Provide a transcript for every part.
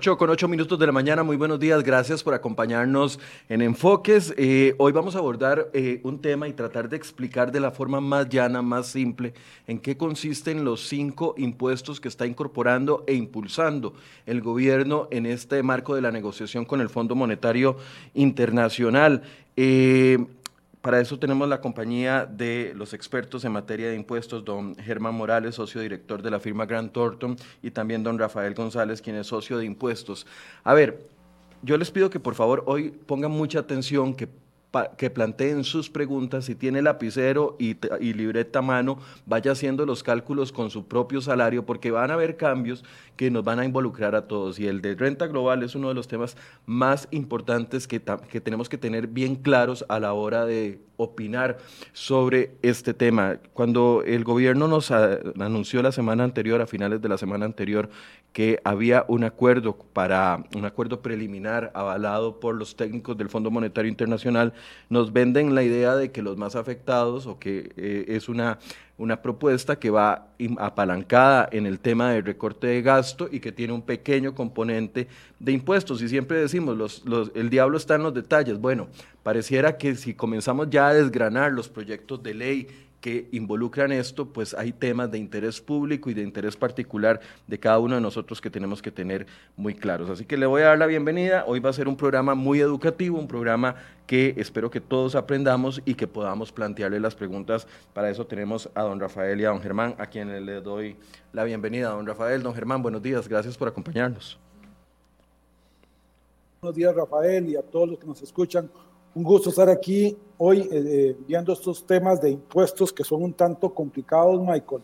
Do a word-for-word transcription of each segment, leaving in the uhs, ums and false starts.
ocho con ocho minutos de la mañana, muy buenos días, gracias por acompañarnos en Enfoques. Eh, hoy vamos a abordar eh, un tema y tratar de explicar de la forma más llana, más simple, en qué consisten los cinco impuestos que está incorporando e impulsando el gobierno en este marco de la negociación con el Fondo Monetario Internacional. Eh, Para eso tenemos la compañía de los expertos en materia de impuestos, don Germán Morales, socio director de la firma Grant Thornton, y también don Rafael González, quien es socio de impuestos. A ver, yo les pido que por favor hoy pongan mucha atención, que, que planteen sus preguntas, si tiene lapicero y, y libreta a mano, vaya haciendo los cálculos con su propio salario, porque van a haber cambios que nos van a involucrar a todos, y el de renta global es uno de los temas más importantes que, que tenemos que tener bien claros a la hora de opinar sobre este tema. Cuando el gobierno nos a, anunció la semana anterior, a finales de la semana anterior, que había un acuerdo para un acuerdo preliminar avalado por los técnicos del Fondo Monetario Internacional, nos venden la idea de que los más afectados, o que eh, es una una propuesta que va apalancada en el tema de recorte de gasto y que tiene un pequeño componente de impuestos. Y siempre decimos, los, los, el diablo está en los detalles. Bueno, pareciera que si comenzamos ya a desgranar los proyectos de ley que involucran esto, pues hay temas de interés público y de interés particular de cada uno de nosotros que tenemos que tener muy claros. Así que le voy a dar la bienvenida. Hoy va a ser un programa muy educativo, un programa que espero que todos aprendamos y que podamos plantearle las preguntas. Para eso tenemos a don Rafael y a don Germán, a quienes le doy la bienvenida. Don Rafael, don Germán, buenos días, gracias por acompañarnos. Buenos días, Rafael, y a todos los que nos escuchan. Un gusto estar aquí hoy eh, viendo estos temas de impuestos que son un tanto complicados, Michael.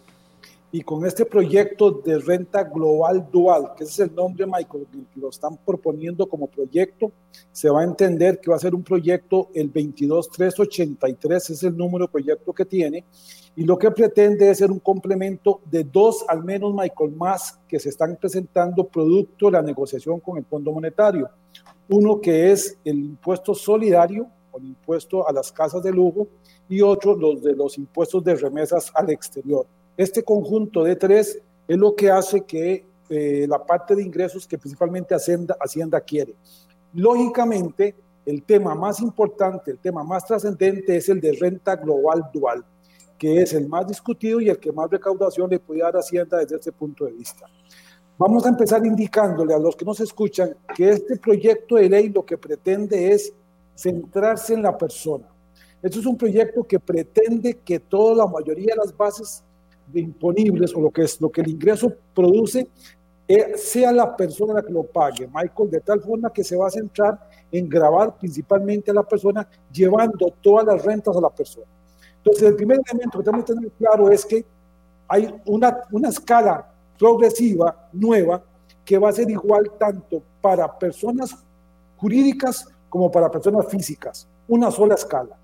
Y con este proyecto de renta global dual, que ese es el nombre, Michael, que lo están proponiendo como proyecto, se va a entender que va a ser un proyecto, el veintidós mil trescientos ochenta y tres es el número de proyecto que tiene, y lo que pretende es ser un complemento de dos, al menos, Michael, más que se están presentando producto de la negociación con el Fondo Monetario. Uno que es el impuesto solidario, o el impuesto a las casas de lujo, y otro los de los impuestos de remesas al exterior. Este conjunto de tres es lo que hace que eh, la parte de ingresos que principalmente Hacienda, Hacienda quiere. Lógicamente, el tema más importante, el tema más trascendente es el de renta global dual, que es el más discutido y el que más recaudación le puede dar a Hacienda desde este punto de vista. Vamos a empezar indicándole a los que nos escuchan que este proyecto de ley lo que pretende es centrarse en la persona. Esto es un proyecto que pretende que toda la mayoría de las bases de imponibles, o lo que es lo que el ingreso produce, eh, sea la persona la que lo pague, Michael, de tal forma que se va a centrar en gravar principalmente a la persona, llevando todas las rentas a la persona. Entonces, el primer elemento que tenemos que tener claro es que hay una, una escala progresiva, nueva, que va a ser igual tanto para personas jurídicas como para personas físicas, una sola escala.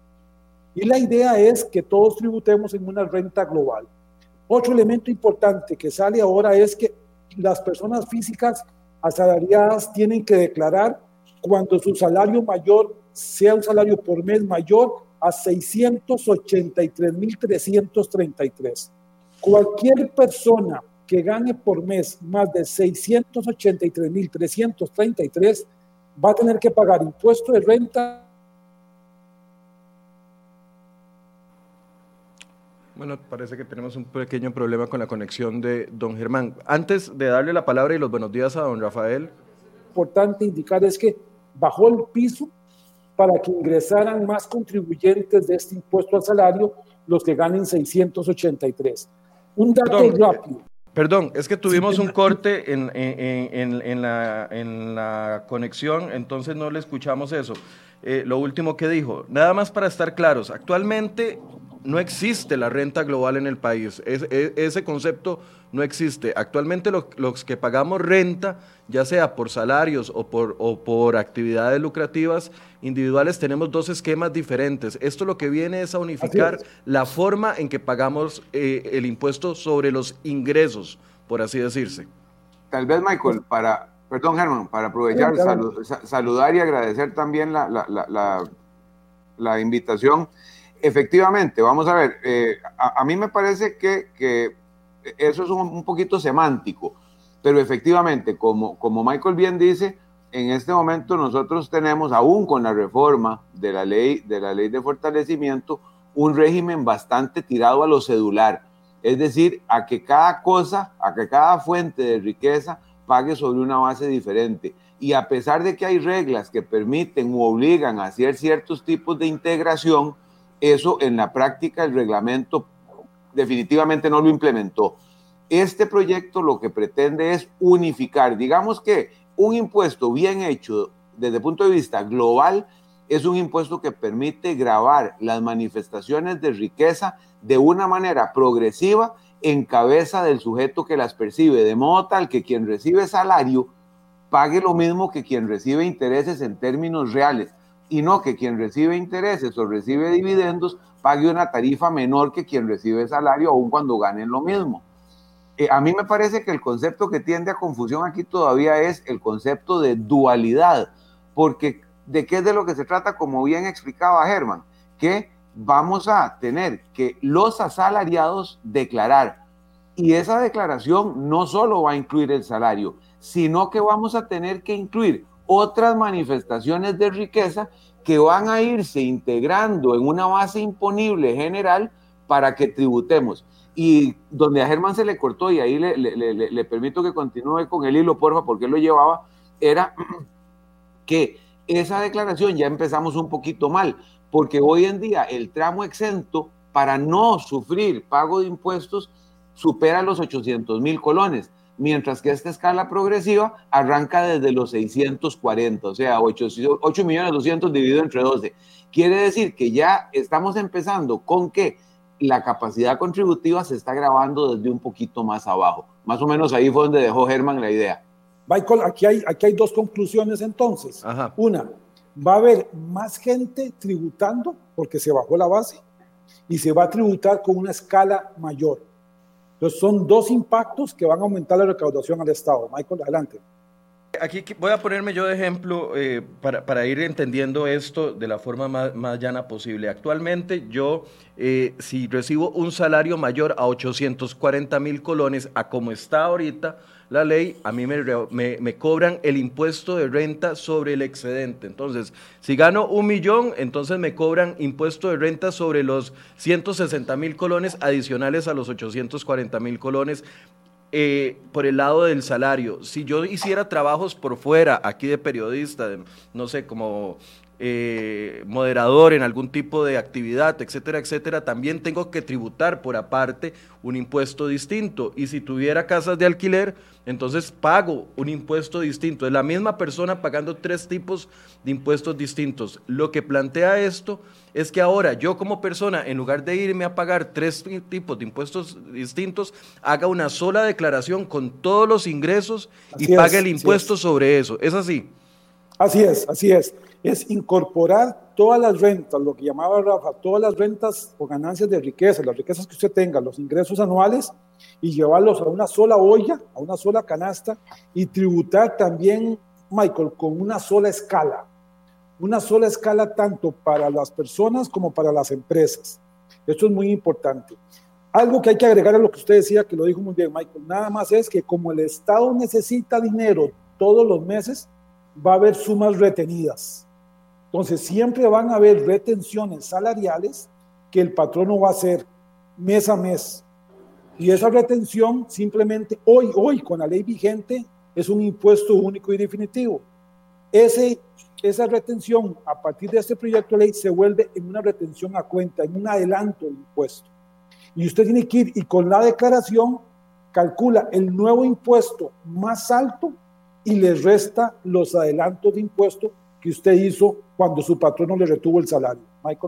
Y la idea es que todos tributemos en una renta global. Otro elemento importante que sale ahora es que las personas físicas asalariadas tienen que declarar cuando su salario mayor sea un salario por mes mayor a seiscientos ochenta y tres mil trescientos treinta y tres. Cualquier persona que gane por mes más de seiscientos ochenta y tres mil trescientos treinta y tres va a tener que pagar impuesto de renta. Bueno, parece que tenemos un pequeño problema con la conexión de don Germán. Antes de darle la palabra y los buenos días a don Rafael. Importante indicar es que bajó el piso para que ingresaran más contribuyentes de este impuesto al salario, los que ganen seiscientos ochenta y tres. Un dato Perdón, rápido. Perdón, es que tuvimos un corte en, en, en, en, la, en la conexión, entonces no le escuchamos eso. Eh, lo último que dijo, nada más para estar claros, actualmente no existe la renta global en el país, es, es, ese concepto no existe. Actualmente lo, los que pagamos renta, ya sea por salarios o por, o por actividades lucrativas individuales, tenemos dos esquemas diferentes. Esto lo que viene es a unificar es. la forma en que pagamos eh, el impuesto sobre los ingresos, por así decirse. Tal vez, Michael, para, perdón, Germán, para aprovechar, salu, saludar y agradecer también la, la, la, la, la invitación. Efectivamente, vamos a ver, eh, a, a mí me parece que, que eso es un, un poquito semántico. Pero efectivamente, como, como Michael bien dice, en este momento nosotros tenemos, aún con la reforma de la ley de, la ley de fortalecimiento, un régimen bastante tirado a lo cedular, es decir, a que cada cosa, a que cada fuente de riqueza pague sobre una base diferente. Y a pesar de que hay reglas que permiten u obligan a hacer ciertos tipos de integración, eso en la práctica el reglamento definitivamente no lo implementó. Este proyecto lo que pretende es unificar, digamos que un impuesto bien hecho desde el punto de vista global es un impuesto que permite gravar las manifestaciones de riqueza de una manera progresiva en cabeza del sujeto que las percibe, de modo tal que quien recibe salario pague lo mismo que quien recibe intereses en términos reales, y no que quien recibe intereses o recibe dividendos pague una tarifa menor que quien recibe salario, aun cuando ganen lo mismo. Eh, a mí me parece que el concepto que tiende a confusión aquí todavía es el concepto de dualidad, porque ¿de qué es de lo que se trata? Como bien explicaba Germán, que vamos a tener que los asalariados declarar, y esa declaración no solo va a incluir el salario, sino que vamos a tener que incluir otras manifestaciones de riqueza que van a irse integrando en una base imponible general para que tributemos. Y donde a Germán se le cortó, y ahí le, le, le, le permito que continúe con el hilo, porfa, porque él lo llevaba, era que esa declaración ya empezamos un poquito mal, porque hoy en día el tramo exento para no sufrir pago de impuestos supera los ochocientos mil colones, mientras que esta escala progresiva arranca desde los seiscientos cuarenta, o sea, ocho millones doscientos dividido entre doce. Quiere decir que ya estamos empezando con que la capacidad contributiva se está grabando desde un poquito más abajo. Más o menos ahí fue donde dejó Germán la idea. Michael, aquí hay, aquí hay dos conclusiones entonces. Ajá. Una, va a haber más gente tributando porque se bajó la base y se va a tributar con una escala mayor. Entonces son dos impactos que van a aumentar la recaudación al Estado. Michael, adelante. Aquí voy a ponerme yo de ejemplo eh, para, para ir entendiendo esto de la forma más, más llana posible. Actualmente yo, eh, si recibo un salario mayor a ochocientos cuarenta mil colones, a como está ahorita la ley, a mí me, me, me cobran el impuesto de renta sobre el excedente. Entonces, si gano un millón, entonces me cobran impuesto de renta sobre los ciento sesenta mil colones adicionales a los ochocientos cuarenta mil colones. Eh, por el lado del salario. Si yo hiciera trabajos por fuera, aquí de periodista, de, no sé, como eh, moderador en algún tipo de actividad, etcétera, etcétera, también tengo que tributar por aparte un impuesto distinto. Y si tuviera casas de alquiler, entonces pago un impuesto distinto. Es la misma persona pagando tres tipos de impuestos distintos. Lo que plantea esto es que ahora yo como persona, en lugar de irme a pagar tres tipos de impuestos distintos, haga una sola declaración con todos los ingresos y así pague es, el impuesto sobre eso. ¿Es así? Así es, así es. Es incorporar todas las rentas, lo que llamaba Rafa, todas las rentas o ganancias de riqueza, las riquezas que usted tenga, los ingresos anuales, y llevarlos a una sola olla, a una sola canasta, y tributar también, Michael, con una sola escala. Una sola escala tanto para las personas como para las empresas. Esto es muy importante. Algo que hay que agregar a lo que usted decía, que lo dijo muy bien, Michael, nada más es que como el Estado necesita dinero todos los meses, va a haber sumas retenidas. Entonces siempre van a haber retenciones salariales que el patrono va a hacer mes a mes. Y esa retención simplemente hoy, hoy con la ley vigente es un impuesto único y definitivo. Ese, esa retención a partir de este proyecto de ley se vuelve en una retención a cuenta, en un adelanto de impuesto. Y usted tiene que ir y con la declaración calcula el nuevo impuesto más alto y le resta los adelantos de impuesto que usted hizo cuando su patrono le retuvo el salario. Michael.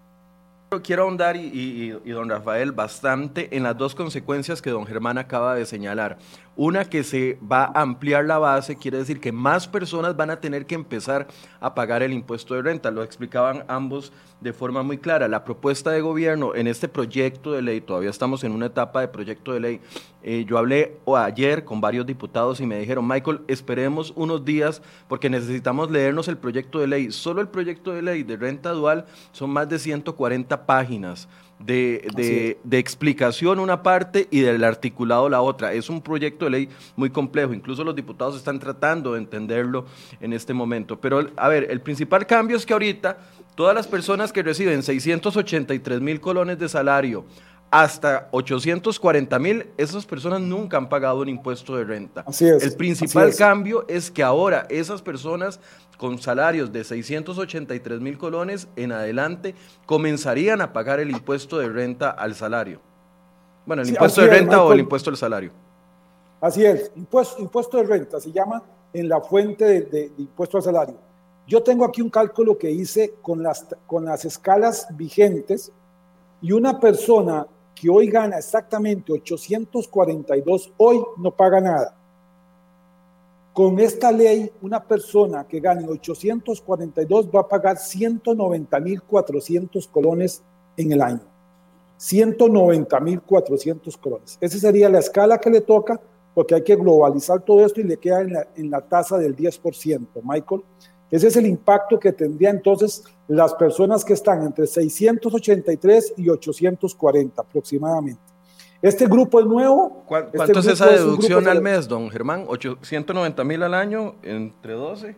Quiero ahondar, y, y, y don Rafael, bastante en las dos consecuencias que don Germán acaba de señalar. Una, que se va a ampliar la base, quiere decir que más personas van a tener que empezar a pagar el impuesto de renta. Lo explicaban ambos de forma muy clara. La propuesta de gobierno en este proyecto de ley, todavía estamos en una etapa de proyecto de ley, eh, yo hablé ayer con varios diputados y me dijeron, Michael, esperemos unos días porque necesitamos leernos el proyecto de ley. Solo el proyecto de ley de renta dual son más de ciento cuarenta páginas. de, de, de explicación una parte y del articulado la otra. Es un proyecto de ley muy complejo, incluso los diputados están tratando de entenderlo en este momento. Pero, a ver, el principal cambio es que ahorita todas las personas que reciben seiscientos ochenta y tres mil colones de salario hasta ochocientos cuarenta mil, esas personas nunca han pagado un impuesto de renta. Así es, el principal es. cambio es que ahora esas personas con salarios de seiscientos ochenta y tres mil colones en adelante comenzarían a pagar el impuesto de renta al salario. Bueno, el sí, impuesto de es, renta Michael, o el impuesto al salario. Así es, impuesto, impuesto de renta se llama en la fuente de, de, de impuesto al salario. Yo tengo aquí un cálculo que hice con las, con las escalas vigentes y una persona que hoy gana exactamente ochocientos cuarenta y dos, hoy no paga nada. Con esta ley, una persona que gane ochocientos cuarenta y dos va a pagar ciento noventa mil cuatrocientos colones en el año. ciento noventa mil cuatrocientos colones. Esa sería la escala que le toca, porque hay que globalizar todo esto y le queda en la, en la tasa del diez por ciento, Michael. Ese es el impacto que tendría entonces las personas que están entre seiscientos ochenta y tres y ochocientos cuarenta aproximadamente. Este grupo es nuevo. ¿Cuánto este es esa es deducción al de... mes, don Germán? ¿ciento noventa mil al año entre doce?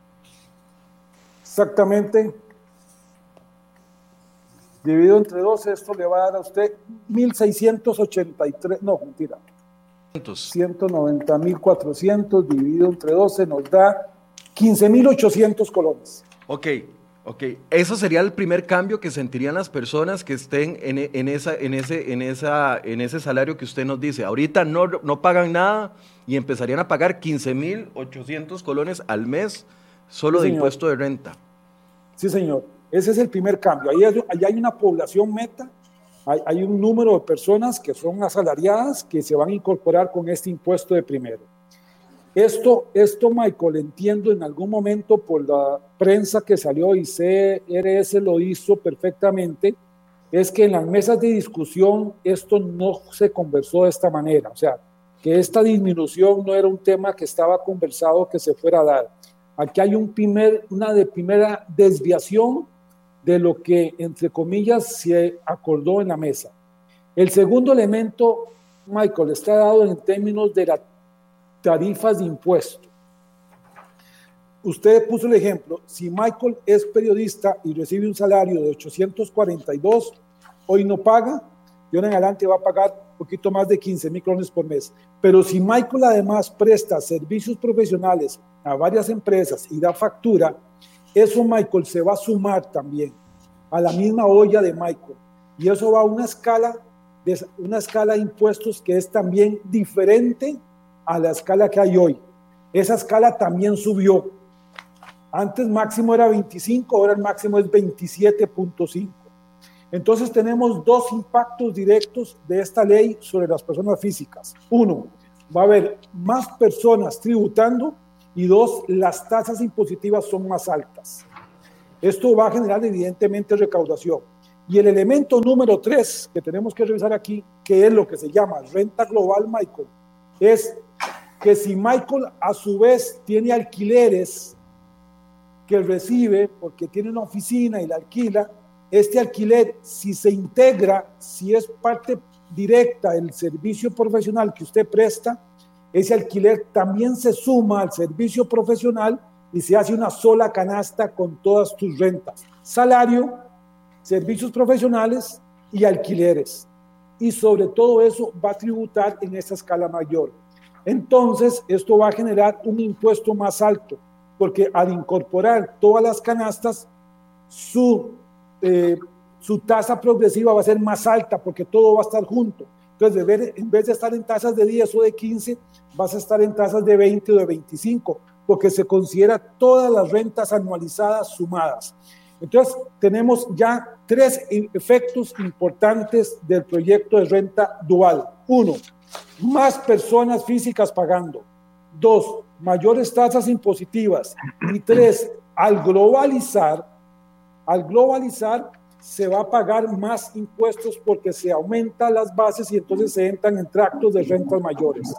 Exactamente. Dividido entre doce, esto le va a dar a usted mil seiscientos ochenta y tres, no, mentira. ciento noventa mil cuatrocientos dividido entre doce nos da quince mil ochocientos colones. Ok, ok. Eso sería el primer cambio que sentirían las personas que estén en, en, esa, en, ese, en, esa, en ese salario que usted nos dice. Ahorita no, no pagan nada y empezarían a pagar quince mil ochocientos colones al mes solo sí, de señor. impuesto de renta. Sí, señor. Ese es el primer cambio. Ahí hay, ahí hay una población meta, hay, hay un número de personas que son asalariadas que se van a incorporar con este impuesto de primero. Esto, esto, Michael, entiendo en algún momento por la prensa que salió y C R S lo hizo perfectamente, es que en las mesas de discusión esto no se conversó de esta manera, o sea, que esta disminución no era un tema que estaba conversado que se fuera a dar. Aquí hay un primer, una de primera desviación de lo que, entre comillas, se acordó en la mesa. El segundo elemento, Michael, está dado en términos de la tarifas de impuesto. Usted puso el ejemplo, si Michael es periodista y recibe un salario de ochocientos cuarenta y dos, hoy no paga, y ahora en adelante va a pagar un poquito más de quince mil colones por mes. Pero si Michael además presta servicios profesionales a varias empresas y da factura, eso, Michael, se va a sumar también a la misma olla de Michael. Y eso va a una escala de, una escala de impuestos que es también diferente a la escala que hay hoy. Esa escala también subió. Antes máximo era veinticinco, ahora el máximo es veintisiete punto cinco. Entonces tenemos dos impactos directos de esta ley sobre las personas físicas. Uno, va a haber más personas tributando y dos, las tasas impositivas son más altas. Esto va a generar evidentemente recaudación. Y el elemento número tres que tenemos que revisar aquí, que es lo que se llama renta global, Michael, es que si Michael a su vez tiene alquileres que recibe porque tiene una oficina y la alquila, este alquiler, si se integra, si es parte directa del servicio profesional que usted presta, ese alquiler también se suma al servicio profesional y se hace una sola canasta con todas tus rentas: salario, servicios profesionales y alquileres. Y sobre todo eso va a tributar en esa escala mayor. Entonces, esto va a generar un impuesto más alto, porque al incorporar todas las canastas, su, eh, su tasa progresiva va a ser más alta, porque todo va a estar junto. Entonces, de ver, en vez de estar en tasas de diez o de quince, vas a estar en tasas de veinte o de veinticinco, porque se considera todas las rentas anualizadas sumadas. Entonces, tenemos ya tres efectos importantes del proyecto de renta dual. Uno, más personas físicas pagando. Dos, mayores tasas impositivas. Y tres, al globalizar, al globalizar se va a pagar más impuestos porque se aumentan las bases y entonces se entran en tractos de rentas mayores.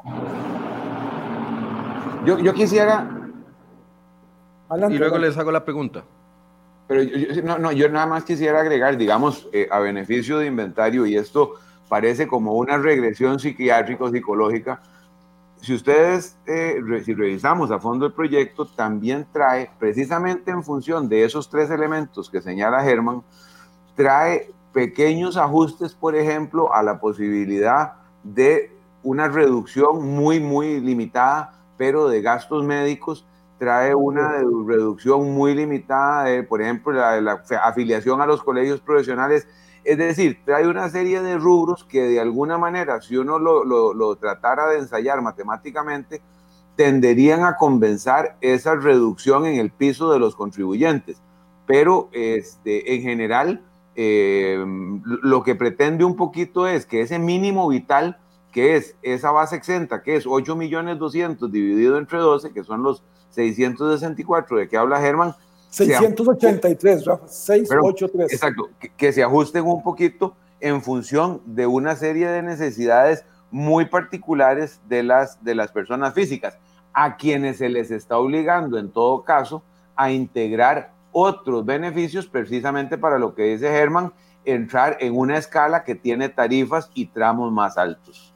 Yo, yo quisiera... Adelante, y luego adelante. Les hago la pregunta. Pero yo, yo, no, no, yo nada más quisiera agregar, digamos, eh, a beneficio de inventario, y esto parece como una regresión psiquiátrico-psicológica. Si ustedes, eh, re, si revisamos a fondo el proyecto, también trae, precisamente en función de esos tres elementos que señala Germán, trae pequeños ajustes, por ejemplo, a la posibilidad de una reducción muy, muy limitada, pero de gastos médicos, trae una reducción muy limitada de, por ejemplo, la, la afiliación a los colegios profesionales. Es decir, trae una serie de rubros que de alguna manera, si uno lo, lo, lo tratara de ensayar matemáticamente, tenderían a compensar esa reducción en el piso de los contribuyentes. Pero este, en general, eh, lo que pretende un poquito es que ese mínimo vital, que es esa base exenta, que es ocho millones doscientos dividido entre doce, que son los seiscientos sesenta y cuatro de que habla Germán, seiscientos ochenta y tres, Rafa, seiscientos ochenta y tres. Exacto, que, que se ajusten un poquito en función de una serie de necesidades muy particulares de las, de las personas físicas, a quienes se les está obligando, en todo caso, a integrar otros beneficios, precisamente para lo que dice Germán, entrar en una escala que tiene tarifas y tramos más altos.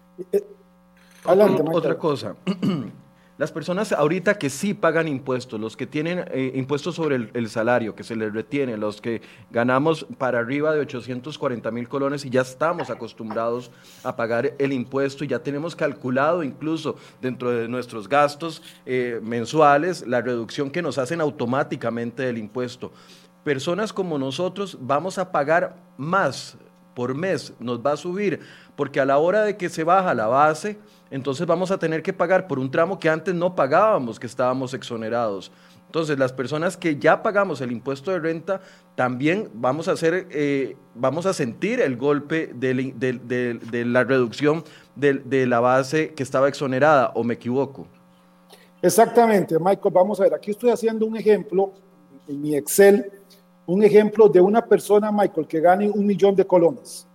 Adelante, otra cosa. Las personas ahorita que sí pagan impuestos, los que tienen eh, impuestos sobre el, el salario, que se les retiene, los que ganamos para arriba de ochocientos cuarenta mil colones y ya estamos acostumbrados a pagar el impuesto y ya tenemos calculado incluso dentro de nuestros gastos eh, mensuales la reducción que nos hacen automáticamente del impuesto. Personas como nosotros vamos a pagar más por mes, nos va a subir, porque a la hora de que se baja la base, entonces vamos a tener que pagar por un tramo que antes no pagábamos, que estábamos exonerados. Entonces, las personas que ya pagamos el impuesto de renta, también vamos a hacer, eh, vamos a sentir el golpe de, de, de, de la reducción de, de la base que estaba exonerada, ¿o me equivoco? Exactamente, Michael, vamos a ver, aquí estoy haciendo un ejemplo en mi Excel, un ejemplo de una persona, Michael, que gane un millón de colones.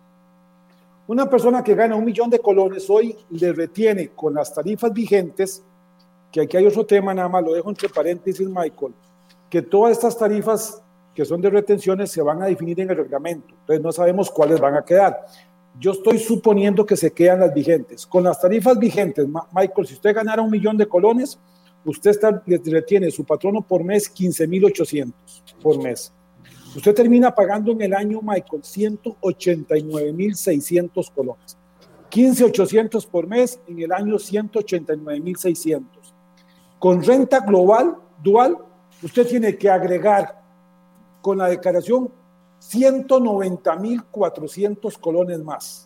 Una persona que gana un millón de colones hoy le retiene con las tarifas vigentes, que aquí hay otro tema, nada más lo dejo entre paréntesis, Michael, que todas estas tarifas que son de retenciones se van a definir en el reglamento, entonces no sabemos cuáles van a quedar. Yo estoy suponiendo que se quedan las vigentes. Con las tarifas vigentes, Michael, si usted ganara un millón de colones, usted está, le retiene su patrono por mes quince mil ochocientos por mes. Usted termina pagando en el año, Michael, ciento ochenta y nueve mil seiscientos colones. quince mil ochocientos por mes, en el año ciento ochenta y nueve mil seiscientos. Con renta global, dual, usted tiene que agregar con la declaración ciento noventa mil cuatrocientos colones más.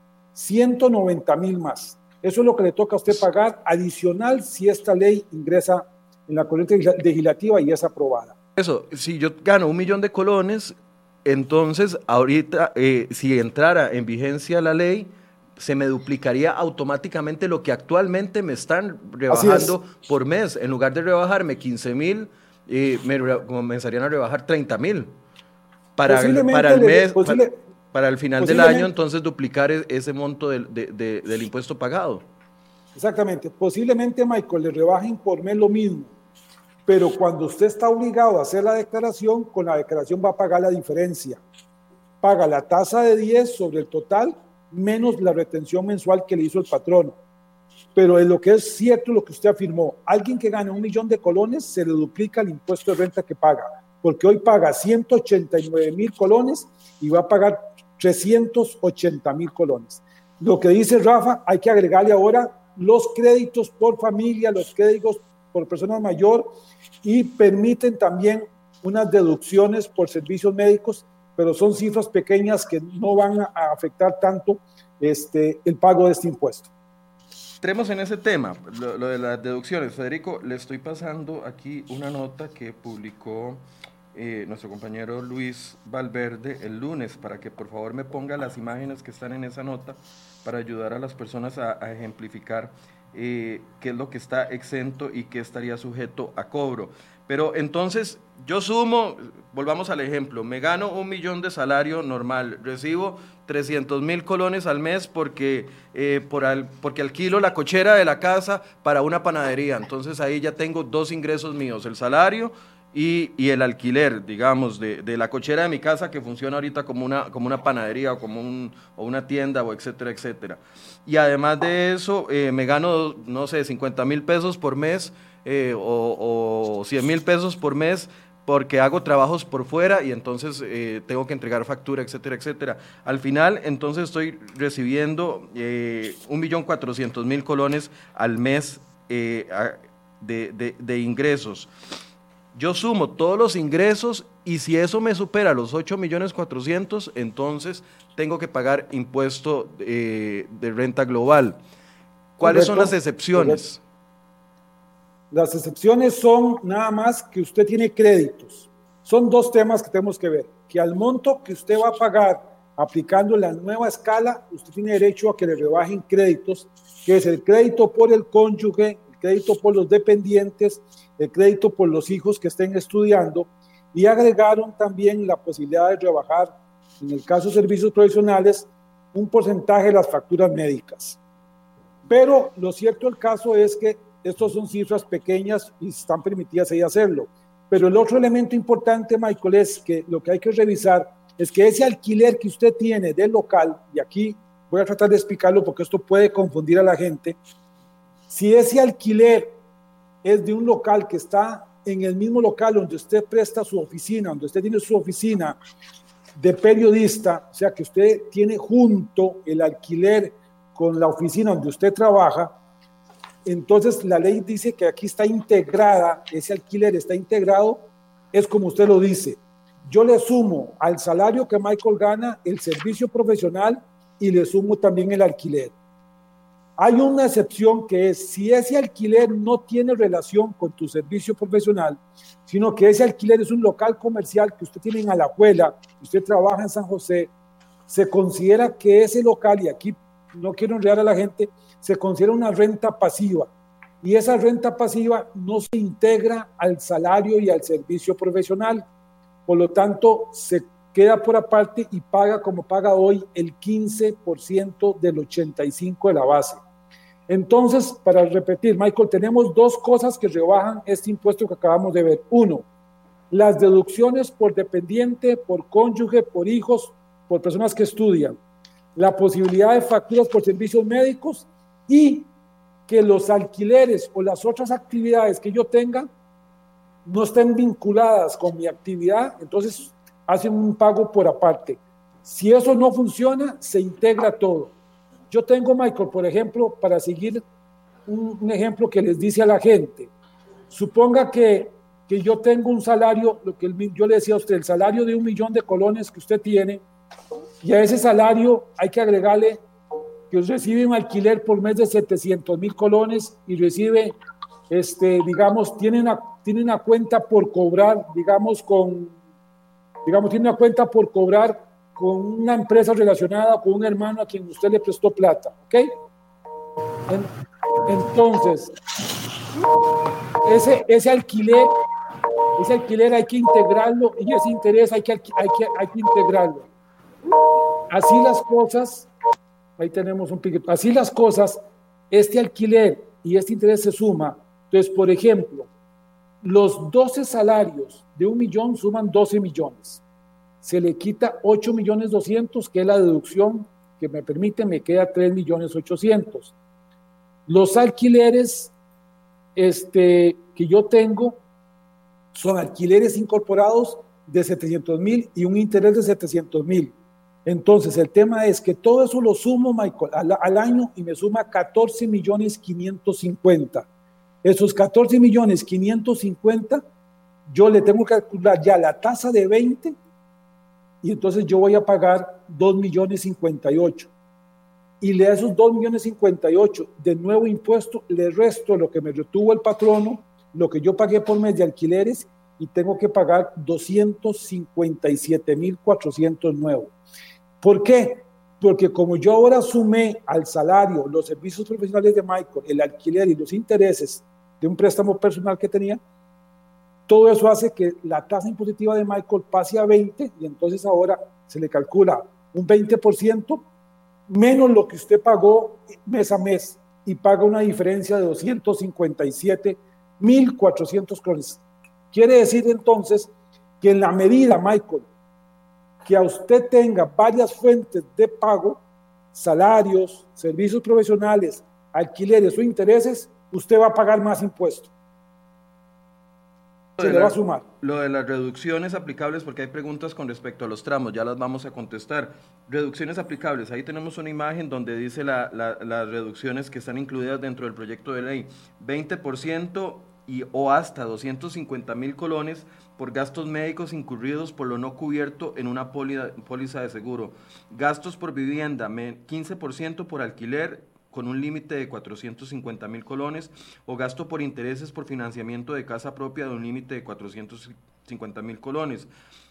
ciento noventa mil más. Eso es lo que le toca a usted pagar adicional si esta ley ingresa en la corriente legislativa y es aprobada. Eso, si yo gano un millón de colones, entonces ahorita, eh, si entrara en vigencia la ley, se me duplicaría automáticamente lo que actualmente me están rebajando por mes. En lugar de rebajarme quince mil, eh, me comenzarían a rebajar treinta mil. Para, para el mes, posible, para, para el final del año, entonces duplicar ese monto de, de, de, del impuesto pagado. Exactamente. Posiblemente, Michael, le rebajen por mes lo mismo. Pero cuando usted está obligado a hacer la declaración, con la declaración va a pagar la diferencia. Paga la tasa de diez sobre el total, menos la retención mensual que le hizo el patrono. Pero en lo que es cierto lo que usted afirmó, alguien que gane un millón de colones se le duplica el impuesto de renta que paga, porque hoy paga ciento ochenta y nueve mil colones y va a pagar trescientos ochenta mil colones. Lo que dice Rafa, hay que agregarle ahora los créditos por familia, los créditos por persona mayor, y permiten también unas deducciones por servicios médicos, pero son cifras pequeñas que no van a afectar tanto este, el pago de este impuesto. Entremos en ese tema, lo, lo de las deducciones. Federico, le estoy pasando aquí una nota que publicó eh, nuestro compañero Luis Valverde el lunes, para que por favor me ponga las imágenes que están en esa nota, para ayudar a las personas a, a ejemplificar Eh, qué es lo que está exento y qué estaría sujeto a cobro. Pero entonces, yo sumo, volvamos al ejemplo, me gano un millón de salario normal, recibo trescientos mil colones al mes porque, eh, por al, porque alquilo la cochera de la casa para una panadería, entonces ahí ya tengo dos ingresos míos, el salario y, y el alquiler, digamos, de, de la cochera de mi casa que funciona ahorita como una, como una panadería o como un, o una tienda o etcétera, etcétera. Y además de eso, eh, me gano, no sé, cincuenta mil pesos por mes eh, o, o cien mil pesos por mes porque hago trabajos por fuera y entonces eh, tengo que entregar factura, etcétera, etcétera. Al final, entonces estoy recibiendo eh, un millón cuatrocientos mil colones al mes eh, a, de, de, de ingresos. Yo sumo todos los ingresos y si eso me supera los ocho millones cuatrocientos, entonces tengo que pagar impuesto eh, de renta global. ¿Cuáles Correcto. son las excepciones? Correcto. Las excepciones son nada más que usted tiene créditos. Son dos temas que tenemos que ver. Que al monto que usted va a pagar aplicando la nueva escala, usted tiene derecho a que le rebajen créditos, que es el crédito por el cónyuge, el crédito por los dependientes, el crédito por los hijos que estén estudiando, y agregaron también la posibilidad de rebajar, en el caso de servicios profesionales, un porcentaje de las facturas médicas. Pero lo cierto del caso es que estos son cifras pequeñas y están permitidas ahí hacerlo. Pero el otro elemento importante, Michael, es que lo que hay que revisar es que ese alquiler que usted tiene del local, y aquí voy a tratar de explicarlo porque esto puede confundir a la gente, si ese alquiler es de un local que está en el mismo local donde usted presta su oficina, donde usted tiene su oficina de periodista, o sea que usted tiene junto el alquiler con la oficina donde usted trabaja, entonces la ley dice que aquí está integrada, ese alquiler está integrado, es como usted lo dice. Yo le sumo al salario que Michael gana el servicio profesional y le sumo también el alquiler. Hay una excepción que es si ese alquiler no tiene relación con tu servicio profesional, sino que ese alquiler es un local comercial que usted tiene en Alajuela, usted trabaja en San José, se considera que ese local, y aquí no quiero enredar a la gente, se considera una renta pasiva. Y esa renta pasiva no se integra al salario y al servicio profesional. Por lo tanto, se queda por aparte y paga como paga hoy el quince por ciento del ochenta y cinco por ciento de la base. Entonces, para repetir, Michael, tenemos dos cosas que rebajan este impuesto que acabamos de ver. Uno, las deducciones por dependiente, por cónyuge, por hijos, por personas que estudian. La posibilidad de facturas por servicios médicos y que los alquileres o las otras actividades que yo tenga no estén vinculadas con mi actividad, entonces hacen un pago por aparte. Si eso no funciona, se integra todo. Yo tengo, Michael, por ejemplo, para seguir un, un ejemplo que les dice a la gente, suponga que, que yo tengo un salario, lo que el, yo le decía a usted, el salario de un millón de colones que usted tiene, y a ese salario hay que agregarle que recibe un alquiler por mes de setecientos mil colones y recibe, este, digamos, tiene una, tiene una cuenta por cobrar, digamos, con, digamos, tiene una cuenta por cobrar con una empresa relacionada con un hermano a quien usted le prestó plata, ¿ok? En, entonces, ese, ese alquiler, ese alquiler hay que integrarlo y ese interés hay que, hay que, hay que integrarlo. Así las cosas, ahí tenemos un piquete, así las cosas, este alquiler y este interés se suma. Entonces, por ejemplo, los doce salarios de un millón suman doce millones. Se le quita ocho millones doscientos, que es la deducción que me permite, me queda tres millones ochocientos. Los alquileres este, que yo tengo son alquileres incorporados de setecientos mil y un interés de setecientos mil. Entonces, el tema es que todo eso lo sumo, Michael, al, al año y me suma catorce millones quinientos cincuenta. Esos catorce millones quinientos cincuenta, yo le tengo que calcular ya la tasa de veinte y entonces yo voy a pagar dos millones cincuenta y ocho. Y le a esos dos millones cincuenta y ocho de nuevo impuesto, le resto lo que me retuvo el patrono, lo que yo pagué por mes de alquileres y tengo que pagar doscientos cincuenta y siete mil cuatrocientos nuevo. ¿Por qué? Porque como yo ahora sumé al salario los servicios profesionales de Michael, el alquiler y los intereses de un préstamo personal que tenía, todo eso hace que la tasa impositiva de Michael pase a veinte y entonces ahora se le calcula un veinte por ciento menos lo que usted pagó mes a mes y paga una diferencia de doscientos cincuenta y siete mil cuatrocientos colones. Quiere decir entonces que en la medida, Michael, que a usted tenga varias fuentes de pago, salarios, servicios profesionales, alquileres o intereses, usted va a pagar más impuestos. Se le va a sumar. Lo de las reducciones aplicables, porque hay preguntas con respecto a los tramos, ya las vamos a contestar. Reducciones aplicables, ahí tenemos una imagen donde dice la, la, las reducciones que están incluidas dentro del proyecto de ley. veinte por ciento y, o hasta doscientos cincuenta mil colones por gastos médicos incurridos por lo no cubierto en una póliza de seguro. Gastos por vivienda, quince por ciento por alquiler, con un límite de cuatrocientos cincuenta mil colones, o gasto por intereses por financiamiento de casa propia de un límite de cuatrocientos cincuenta mil colones.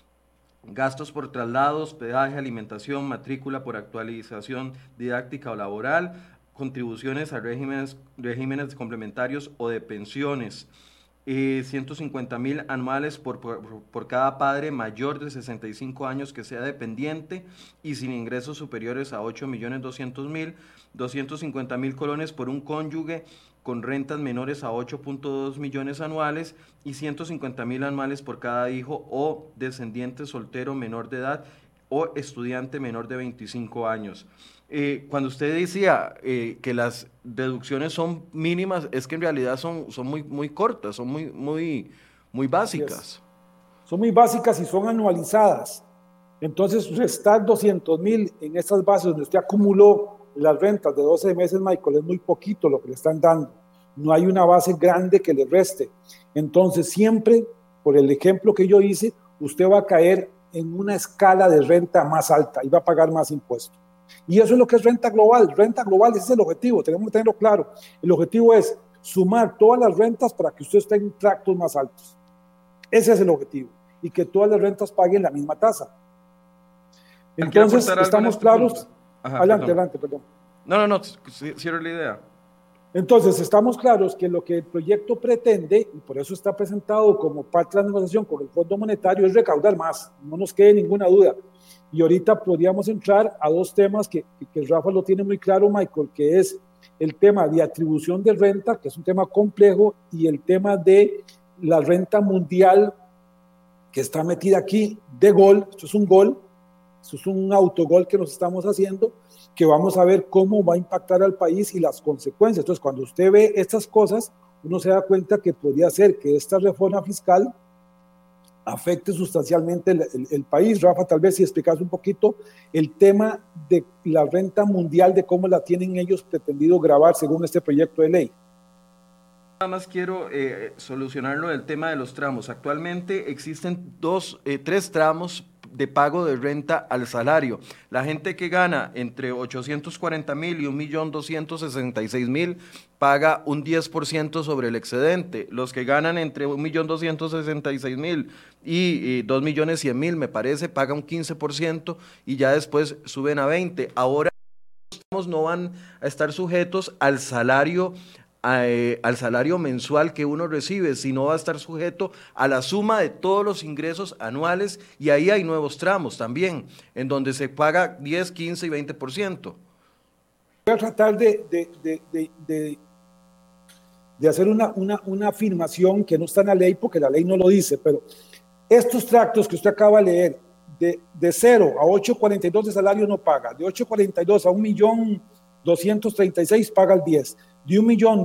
Gastos por traslados, hospedaje, alimentación, matrícula por actualización didáctica o laboral, contribuciones a regímenes, regímenes complementarios o de pensiones. Eh, ciento cincuenta mil anuales por, por, por cada padre mayor de sesenta y cinco años que sea dependiente y sin ingresos superiores a ocho millones doscientos mil, doscientos cincuenta mil colones por un cónyuge con rentas menores a ocho punto dos millones anuales y ciento cincuenta mil anuales por cada hijo o descendiente soltero menor de edad o estudiante menor de veinticinco años. Eh, cuando usted decía eh, que las deducciones son mínimas, es que en realidad son, son muy, muy cortas, son muy, muy, muy básicas. Son muy básicas y son anualizadas. Entonces, restar doscientos mil en estas bases donde usted acumuló las rentas de doce meses, Michael, es muy poquito lo que le están dando. No hay una base grande que le reste. Entonces, siempre, por el ejemplo que yo hice, usted va a caer en una escala de renta más alta y va a pagar más impuestos. Y eso es lo que es renta global. Renta global, ese es el objetivo, tenemos que tenerlo claro. El objetivo es sumar todas las rentas para que usted esté en tractos más altos. Ese es el objetivo. Y que todas las rentas paguen la misma tasa. Entonces, estamos claros. Ajá, adelante, perdón. adelante, perdón. No, no, no, cierro la idea. Entonces, estamos claros que lo que el proyecto pretende, y por eso está presentado como parte de la negociación con el Fondo Monetario, es recaudar más, no nos quede ninguna duda. Y ahorita podríamos entrar a dos temas que, que Rafa lo tiene muy claro, Michael, que es el tema de atribución de renta, que es un tema complejo, y el tema de la renta mundial, que está metida aquí de gol. Esto es un gol, esto es un autogol que nos estamos haciendo, que vamos a ver cómo va a impactar al país y las consecuencias. Entonces, cuando usted ve estas cosas, uno se da cuenta que podría ser que esta reforma fiscal afecte sustancialmente el, el, el país. Rafa, tal vez si explicas un poquito el tema de la renta mundial, de cómo la tienen ellos pretendido grabar según este proyecto de ley. Nada más quiero eh, solucionarlo del tema de los tramos. Actualmente existen dos, eh, tres tramos de pago de renta al salario. La gente que gana entre ochocientos cuarenta mil y un millón doscientos sesenta y seis mil paga un diez por ciento sobre el excedente. Los que ganan entre un millón doscientos sesenta y seis mil y dos millones cien mil, me parece, pagan un quince por ciento y ya después suben a veinte por ciento. Ahora los tramos no van a estar sujetos al salario A, eh, al salario mensual que uno recibe, sino va a estar sujeto a la suma de todos los ingresos anuales, y ahí hay nuevos tramos también, en donde se paga diez, quince y veinte por ciento. Voy a tratar de, de, de, de, de, de hacer una, una, una afirmación que no está en la ley, porque la ley no lo dice, pero estos tractos que usted acaba de leer, de, de cero a ocho cuarenta y dos de salario no paga, de ocho cuarenta y dos a un millón doscientos treinta y seis paga el diez, de un millón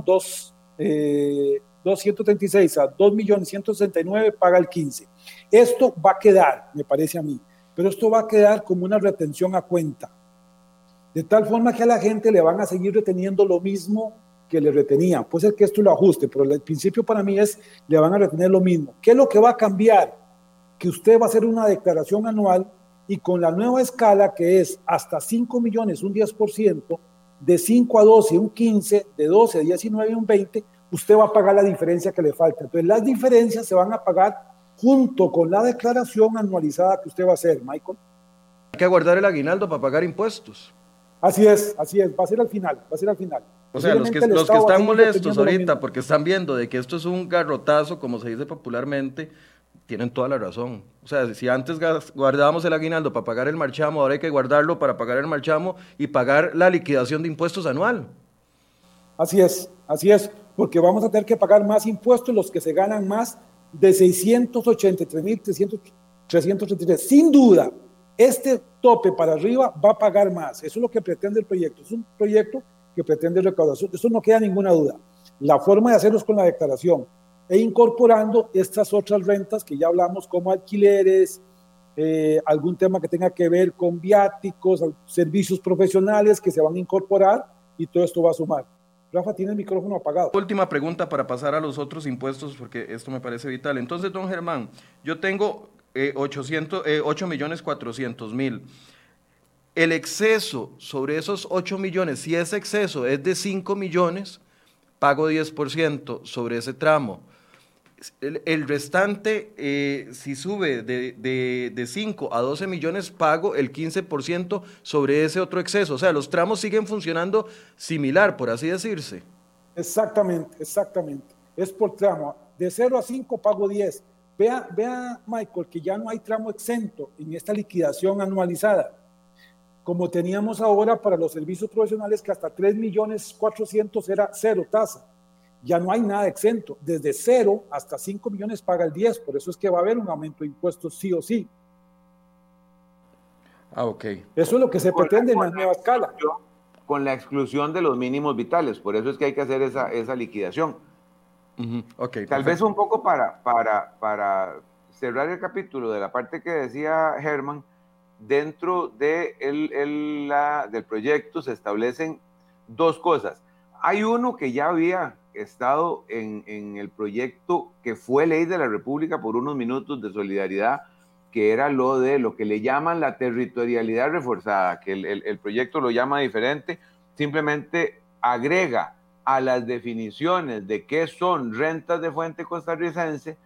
doscientos treinta y seis a dos millones ciento sesenta y nueve paga el quince. Esto va a quedar, me parece a mí, pero esto va a quedar como una retención a cuenta, de tal forma que a la gente le van a seguir reteniendo lo mismo que le retenían. Puede ser que esto lo ajuste, pero el principio para mí es, le van a retener lo mismo. ¿Qué es lo que va a cambiar? Que usted va a hacer una declaración anual y con la nueva escala, que es hasta cinco millones, un diez por ciento, de cinco a doce, un quince, de doce a diecinueve, un veinte, usted va a pagar la diferencia que le falta. Entonces, las diferencias se van a pagar junto con la declaración anualizada que usted va a hacer, Michael. Hay que guardar el aguinaldo para pagar impuestos. Así es, así es, va a ser al final, va a ser al final. O sea, los que, los que están molestos ahorita porque están viendo de que esto es un garrotazo, como se dice popularmente, tienen toda la razón. O sea, si antes guardábamos el aguinaldo para pagar el marchamo, ahora hay que guardarlo para pagar el marchamo y pagar la liquidación de impuestos anual. Así es, así es, porque vamos a tener que pagar más impuestos los que se ganan más de seiscientos ochenta y tres mil trescientos treinta y tres. Sin duda, este tope para arriba va a pagar más. Eso es lo que pretende el proyecto. Es un proyecto que pretende recaudación. Eso no queda ninguna duda. La forma de hacerlo es con la declaración e incorporando estas otras rentas que ya hablamos, como alquileres, eh, algún tema que tenga que ver con viáticos, servicios profesionales que se van a incorporar, y todo esto va a sumar. Rafa, tiene el micrófono apagado. Última pregunta para pasar a los otros impuestos, porque esto me parece vital. Entonces, don Germán, yo tengo eh, ochocientos, eh, ocho millones cuatrocientos mil. El exceso sobre esos ocho millones, si ese exceso es de cinco millones, pago diez por ciento sobre ese tramo. El, el restante, eh, si sube de, de, de cinco a doce millones, pago el quince por ciento sobre ese otro exceso. O sea, los tramos siguen funcionando similar, por así decirse. Exactamente, exactamente. Es por tramo. De cero a cinco pago diez. Vea, vea, Michael, que ya no hay tramo exento en esta liquidación anualizada, como teníamos ahora para los servicios profesionales, que hasta tres millones cuatrocientos era cero tasa. Ya no hay nada exento. Desde cero hasta cinco millones paga el diez. Por eso es que va a haber un aumento de impuestos sí o sí. Ah, ok. Eso es lo que se con pretende la, en la nueva escala. Con la exclusión de los mínimos vitales. Por eso es que hay que hacer esa, esa liquidación. Uh-huh. Okay, Tal perfecto. vez un poco para, para, para cerrar el capítulo de la parte que decía Germán, dentro de el, el, la, del proyecto se establecen dos cosas. Hay uno que ya había estado en, en el proyecto, que fue ley de la República por unos minutos de solidaridad, que era lo de lo que le llaman la territorialidad reforzada, que el, el, el proyecto lo llama diferente, simplemente agrega a las definiciones de qué son rentas de fuente costarricense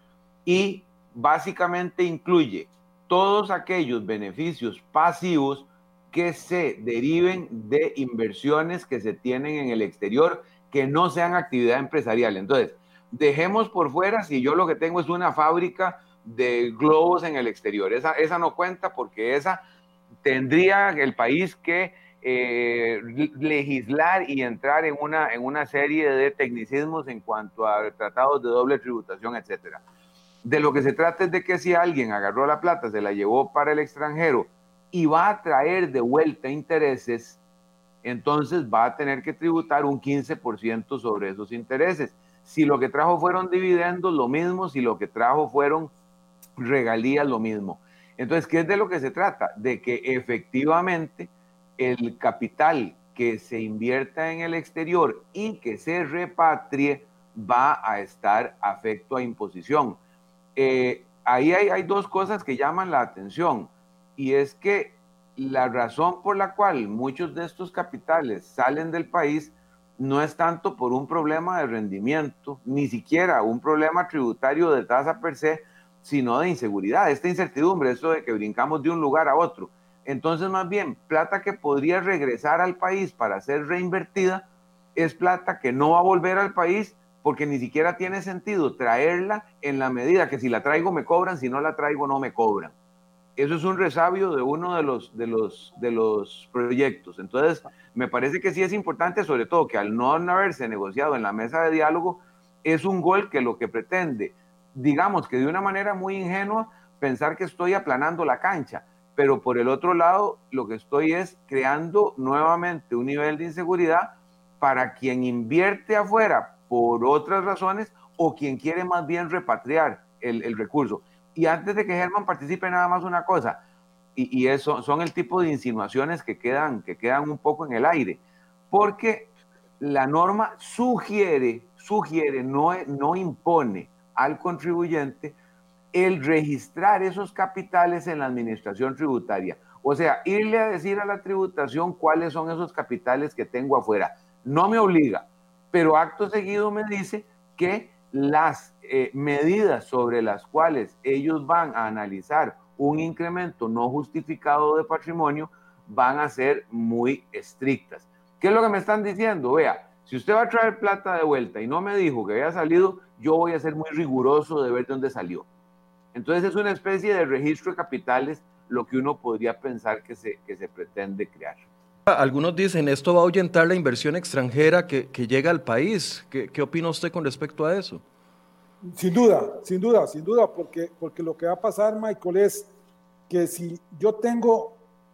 y básicamente incluye todos aquellos beneficios pasivos que se deriven de inversiones que se tienen en el exterior que no sean actividad empresarial. Entonces, dejemos por fuera si yo lo que tengo es una fábrica de globos en el exterior. Esa, esa no cuenta, porque esa tendría el país que eh, legislar y entrar en una, en una serie de tecnicismos en cuanto a tratados de doble tributación, etcétera. De lo que se trata es de que si alguien agarró la plata, se la llevó para el extranjero y va a traer de vuelta intereses, entonces va a tener que tributar un quince por ciento sobre esos intereses. Si lo que trajo fueron dividendos, lo mismo. Si lo que trajo fueron regalías, lo mismo. Entonces, ¿qué es de lo que se trata? De que efectivamente el capital que se invierta en el exterior y que se repatrie va a estar afecto a imposición. Eh, ahí hay, hay dos cosas que llaman la atención, y es que la razón por la cual muchos de estos capitales salen del país no es tanto por un problema de rendimiento, ni siquiera un problema tributario de tasa per se, sino de inseguridad, esta incertidumbre, eso de que brincamos de un lugar a otro. Entonces, más bien, plata que podría regresar al país para ser reinvertida, es plata que no va a volver al país, porque ni siquiera tiene sentido traerla en la medida que si la traigo me cobran, si no la traigo no me cobran. Eso es un resabio de uno de los, de los, de los proyectos. Entonces, me parece que sí es importante, sobre todo que al no haberse negociado en la mesa de diálogo, es un gol que lo que pretende, digamos que de una manera muy ingenua, pensar que estoy aplanando la cancha, pero por el otro lado, lo que estoy es creando nuevamente un nivel de inseguridad para quien invierte afuera por otras razones o quien quiere más bien repatriar el, el recurso. Y antes de que Germán participe, nada más una cosa, y, y eso son el tipo de insinuaciones que quedan, que quedan un poco en el aire, porque la norma sugiere, sugiere, no, no impone al contribuyente el registrar esos capitales en la administración tributaria. O sea, irle a decir a la tributación cuáles son esos capitales que tengo afuera. No me obliga, pero acto seguido me dice que las eh, medidas sobre las cuales ellos van a analizar un incremento no justificado de patrimonio van a ser muy estrictas. ¿Qué es lo que me están diciendo? Vea, si usted va a traer plata de vuelta y no me dijo que había salido, yo voy a ser muy riguroso de ver de dónde salió. Entonces es una especie de registro de capitales lo que uno podría pensar que se, que se pretende crear. Algunos dicen, esto va a ahuyentar la inversión extranjera que, que llega al país. ¿Qué, qué opina usted con respecto a eso? Sin duda, sin duda, sin duda, porque, porque lo que va a pasar, Michael, es que si yo tengo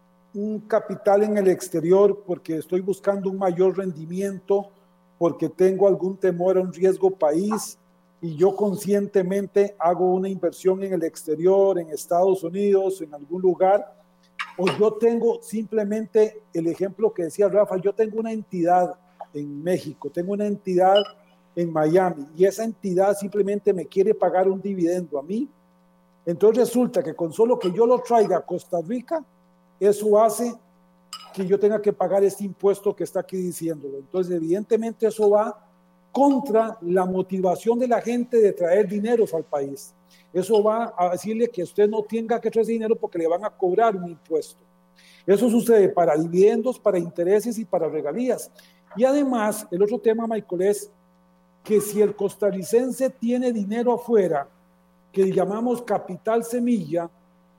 un capital en el exterior porque estoy buscando un mayor rendimiento, porque tengo algún temor a un riesgo país, y yo conscientemente hago una inversión en el exterior, en Estados Unidos, en algún lugar, o yo tengo simplemente el ejemplo que decía Rafa, yo tengo una entidad en México, tengo una entidad en Miami, y esa entidad simplemente me quiere pagar un dividendo a mí, entonces resulta que con solo que yo lo traiga a Costa Rica, eso hace que yo tenga que pagar este impuesto que está aquí diciéndolo. Entonces, evidentemente eso va contra la motivación de la gente de traer dineros al país. Eso va a decirle que usted no tenga que traer dinero porque le van a cobrar un impuesto. Eso sucede para dividendos, para intereses y para regalías. Y además, el otro tema, Michael, es que si el costarricense tiene dinero afuera, que llamamos capital semilla,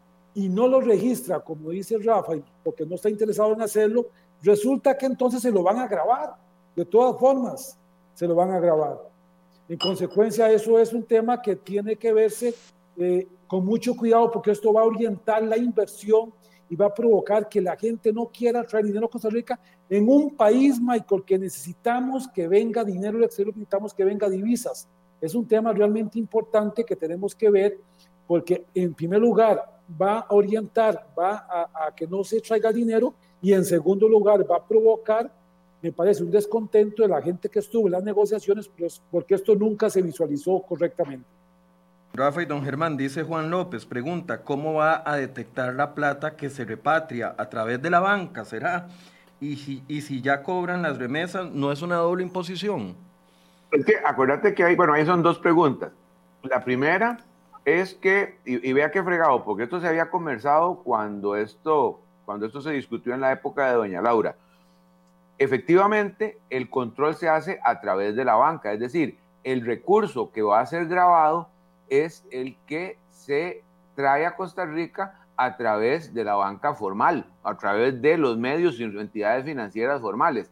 y no lo registra, como dice Rafa, porque no está interesado en hacerlo, resulta que entonces se lo van a grabar. De todas formas, se lo van a grabar. En consecuencia, eso es un tema que tiene que verse eh, con mucho cuidado, porque esto va a orientar la inversión y va a provocar que la gente no quiera traer dinero a Costa Rica en un país, Michael, que necesitamos que venga dinero del exterior, necesitamos que venga divisas. Es un tema realmente importante que tenemos que ver, porque en primer lugar va a orientar, va a, a que no se traiga dinero, y en segundo lugar va a provocar, me parece, un descontento de la gente que estuvo en las negociaciones, pues, porque esto nunca se visualizó correctamente. Rafa y don Germán, dice Juan López, pregunta, ¿cómo va a detectar la plata que se repatria? ¿A través de la banca será? Y si, y si ya cobran las remesas, ¿no es una doble imposición? Es que acuérdate que hay, bueno, ahí son dos preguntas. La primera es que, y, y vea qué fregado, porque esto se había conversado cuando esto, cuando esto se discutió en la época de doña Laura. Efectivamente, el control se hace a través de la banca, es decir, el recurso que va a ser grabado es el que se trae a Costa Rica a través de la banca formal, a través de los medios y entidades financieras formales.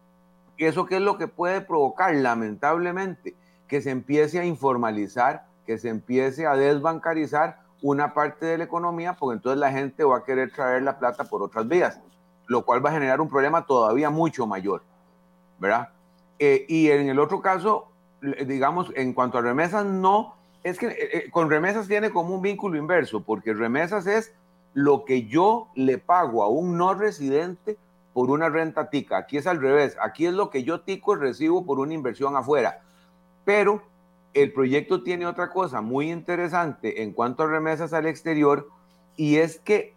¿Eso qué es lo que puede provocar? Lamentablemente, que se empiece a informalizar, que se empiece a desbancarizar una parte de la economía, porque entonces la gente va a querer traer la plata por otras vías, lo cual va a generar un problema todavía mucho mayor, ¿verdad? Eh, y en el otro caso, digamos, en cuanto a remesas, no, es que eh, con remesas tiene como un vínculo inverso, porque remesas es lo que yo le pago a un no residente por una renta tica. Aquí es al revés, aquí es lo que yo tico recibo por una inversión afuera. Pero el proyecto tiene otra cosa muy interesante en cuanto a remesas al exterior, y es que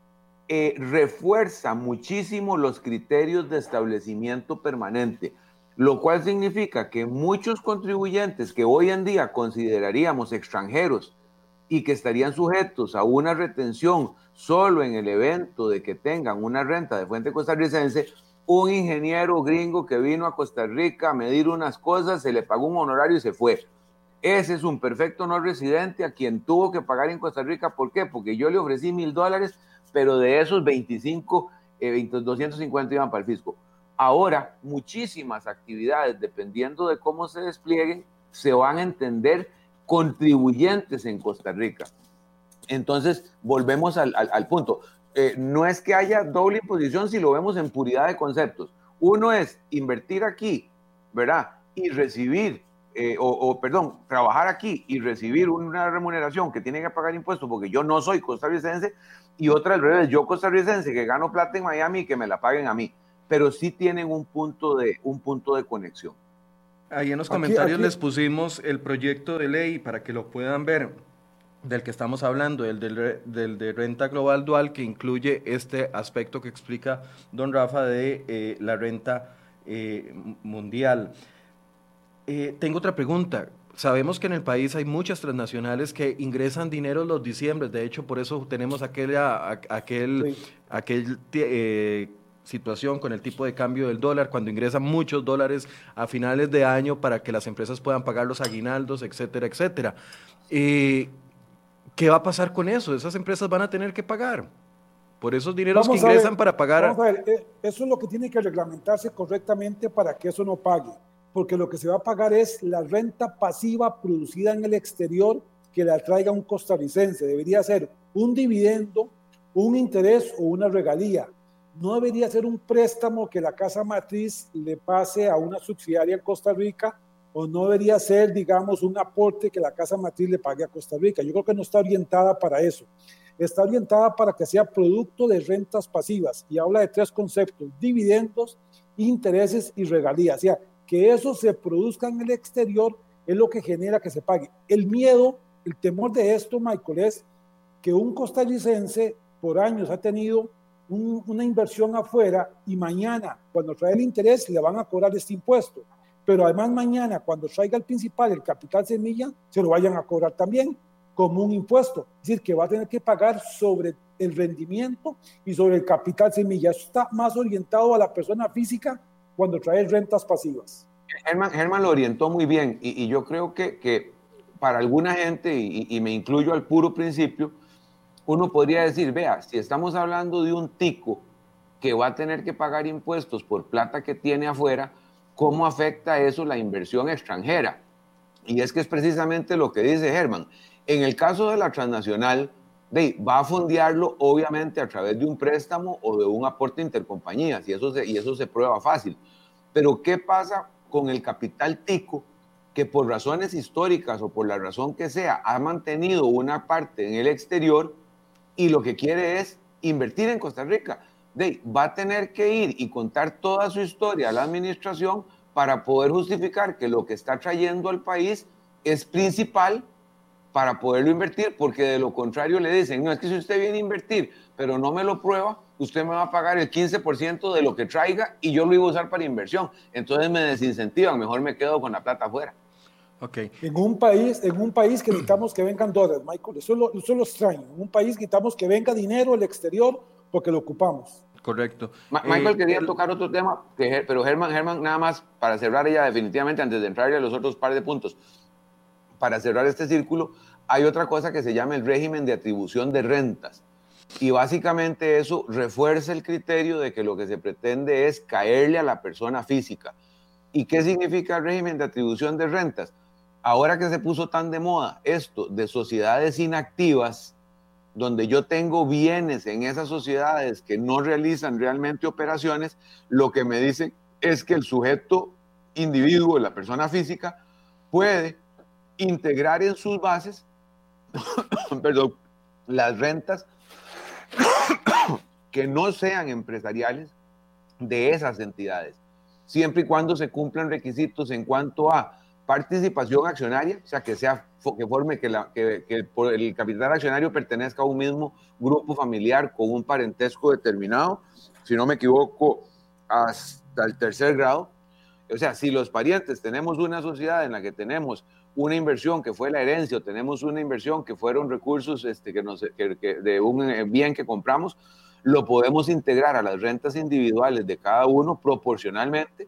eh, refuerza muchísimo los criterios de establecimiento permanente, lo cual significa que muchos contribuyentes que hoy en día consideraríamos extranjeros y que estarían sujetos a una retención solo en el evento de que tengan una renta de fuente costarricense, un ingeniero gringo que vino a Costa Rica a medir unas cosas, se le pagó un honorario y se fue. Ese es un perfecto no residente a quien tuvo que pagar en Costa Rica. ¿Por qué? Porque yo le ofrecí mil dólares, pero de esos veinticinco, eh, doscientos cincuenta iban para el fisco. Ahora, muchísimas actividades, dependiendo de cómo se desplieguen, se van a entender contribuyentes en Costa Rica. Entonces, volvemos al, al, al punto. Eh, no es que haya doble imposición si lo vemos en puridad de conceptos. Uno es invertir aquí, ¿verdad? Y recibir, eh, o, o perdón, trabajar aquí y recibir una remuneración que tiene que pagar impuestos porque yo no soy costarricense, y otra al revés, yo costarricense que gano plata en Miami y que me la paguen a mí. Pero sí tienen un punto de, un punto de conexión. Ahí en los comentarios aquí, aquí. les pusimos el proyecto de ley para que lo puedan ver, del que estamos hablando, el del, del de renta global dual, que incluye este aspecto que explica don Rafa de eh, la renta eh, mundial. Eh, tengo otra pregunta. Sabemos que en el país hay muchas transnacionales que ingresan dinero los diciembres, de hecho por eso tenemos aquella, aquel, sí. aquel eh, situación con el tipo de cambio del dólar, cuando ingresan muchos dólares a finales de año para que las empresas puedan pagar los aguinaldos, etcétera, etcétera. Eh, ¿Qué va a pasar con eso? Esas empresas van a tener que pagar por esos dineros vamos que ingresan ver, para pagar. Vamos a ver, eso es lo que tiene que reglamentarse correctamente para que eso no pague. porque lo que se va a pagar es la renta pasiva producida en el exterior que la traiga un costarricense. Debería ser un dividendo, un interés o una regalía. No debería ser un préstamo que la casa matriz le pase a una subsidiaria en Costa Rica, o no debería ser, digamos, un aporte que la casa matriz le pague a Costa Rica. Yo creo que no está orientada para eso. Está orientada para que sea producto de rentas pasivas, y habla de tres conceptos: dividendos, intereses y regalías. O sea, que eso se produzca en el exterior es lo que genera que se pague. El miedo, el temor de esto, Michael, es que un costarricense por años ha tenido un, una inversión afuera, y mañana, cuando trae el interés, le van a cobrar este impuesto. Pero además mañana, cuando traiga el principal, el capital semilla, se lo vayan a cobrar también como un impuesto. Es decir, que va a tener que pagar sobre el rendimiento y sobre el capital semilla. Eso está más orientado a la persona física cuando trae rentas pasivas. Germán, Germán lo orientó muy bien, y, y yo creo que, que para alguna gente, y, y me incluyo al puro principio, uno podría decir, vea, si estamos hablando de un tico que va a tener que pagar impuestos por plata que tiene afuera, ¿cómo afecta eso la inversión extranjera? Y es que es precisamente lo que dice Germán. En el caso de la transnacional, de, va a fondearlo obviamente a través de un préstamo o de un aporte intercompañías, y eso se, y eso se prueba fácil. Pero ¿qué pasa con el capital tico que por razones históricas o por la razón que sea ha mantenido una parte en el exterior y lo que quiere es invertir en Costa Rica? De, va a tener que ir y contar toda su historia a la administración para poder justificar que lo que está trayendo al país es principal para poderlo invertir, porque de lo contrario le dicen, no, es que si usted viene a invertir, pero no me lo prueba, usted me va a pagar el quince por ciento de lo que traiga y yo lo iba a usar para inversión. Entonces me desincentivan, mejor me quedo con la plata afuera. Okay. En un país, en un país que necesitamos que vengan dólares, Michael, eso es lo, eso es lo extraño. En un país que necesitamos que venga dinero del exterior porque lo ocupamos. Correcto. Ma Michael, eh, quería el... tocar otro tema, que, pero Germán, Germán, nada más para cerrar ya definitivamente, antes de entrar a los otros par de puntos, para cerrar este círculo, hay otra cosa que se llama el régimen de atribución de rentas. Y básicamente eso refuerza el criterio de que lo que se pretende es caerle a la persona física. ¿Y qué significa el régimen de atribución de rentas? Ahora que se puso tan de moda esto de sociedades inactivas, donde yo tengo bienes en esas sociedades que no realizan realmente operaciones, lo que me dicen es que el sujeto individuo, la persona física, puede integrar en sus bases perdón, las rentas que no sean empresariales de esas entidades, siempre y cuando se cumplan requisitos en cuanto a participación accionaria, o sea, que sea que forme que, la, que, que el capital accionario pertenezca a un mismo grupo familiar con un parentesco determinado, si no me equivoco, hasta el tercer grado. O sea, si los parientes tenemos una sociedad en la que tenemos una inversión que fue la herencia, o tenemos una inversión que fueron recursos este, que nos, que, que de un bien que compramos, lo podemos integrar a las rentas individuales de cada uno proporcionalmente,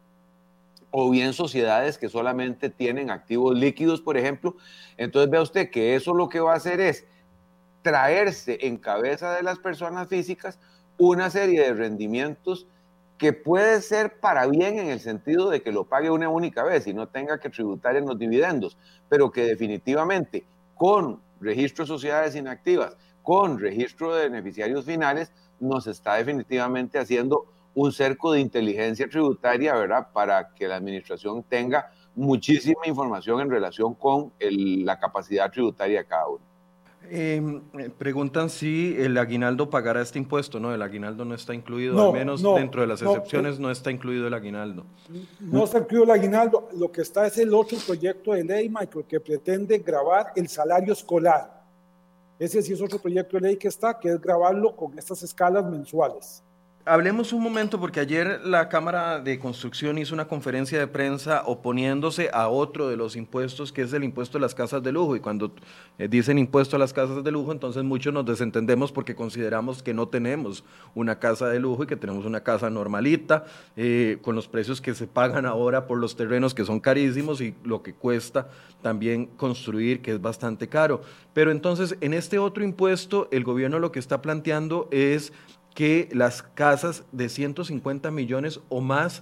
o bien sociedades que solamente tienen activos líquidos, por ejemplo. Entonces vea usted que eso lo que va a hacer es traerse en cabeza de las personas físicas una serie de rendimientos que puede ser para bien en el sentido de que lo pague una única vez y no tenga que tributar en los dividendos, pero que definitivamente con registro de sociedades inactivas, con registro de beneficiarios finales, nos está definitivamente haciendo un cerco de inteligencia tributaria, ¿verdad?, para que la administración tenga muchísima información en relación con el, la capacidad tributaria de cada uno. Eh, preguntan si el aguinaldo pagará este impuesto. No, el aguinaldo no está incluido, no, al menos no, dentro de las no, excepciones no está incluido el aguinaldo. No está incluido el aguinaldo. Lo que está es el otro proyecto de ley, Michael, que pretende gravar el salario escolar. Ese sí es otro proyecto de ley que está, que es grabarlo con estas escalas mensuales. Hablemos un momento, porque ayer la Cámara de Construcción hizo una conferencia de prensa oponiéndose a otro de los impuestos, que es el impuesto a las casas de lujo, y cuando eh, dicen impuesto a las casas de lujo, entonces muchos nos desentendemos porque consideramos que no tenemos una casa de lujo y que tenemos una casa normalita, eh, con los precios que se pagan ahora por los terrenos, que son carísimos, y lo que cuesta también construir, que es bastante caro. Pero entonces, en este otro impuesto, el gobierno lo que está planteando es que las casas de ciento cincuenta millones o más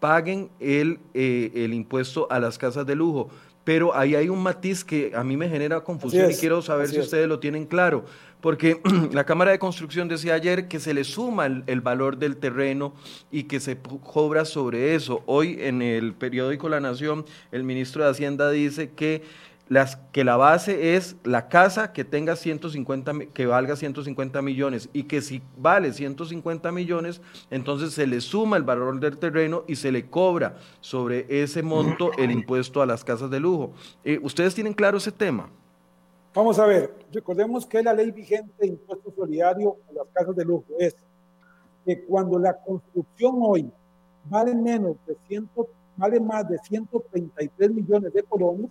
paguen el, eh, el impuesto a las casas de lujo. Pero ahí hay un matiz que a mí me genera confusión y quiero saber si ustedes lo tienen claro, porque la Cámara de Construcción decía ayer que se le suma el, el valor del terreno y que se cobra sobre eso. Hoy en el periódico La Nación, el ministro de Hacienda dice que Las, que la base es la casa que tenga ciento cincuenta, que valga ciento cincuenta millones y que si vale ciento cincuenta millones, entonces se le suma el valor del terreno y se le cobra sobre ese monto el impuesto a las casas de lujo. Eh, ¿Ustedes tienen claro ese tema? Vamos a ver, recordemos que la ley vigente de impuesto solidario a las casas de lujo es que cuando la construcción hoy vale menos de cien, vale más de ciento treinta y tres millones de colones,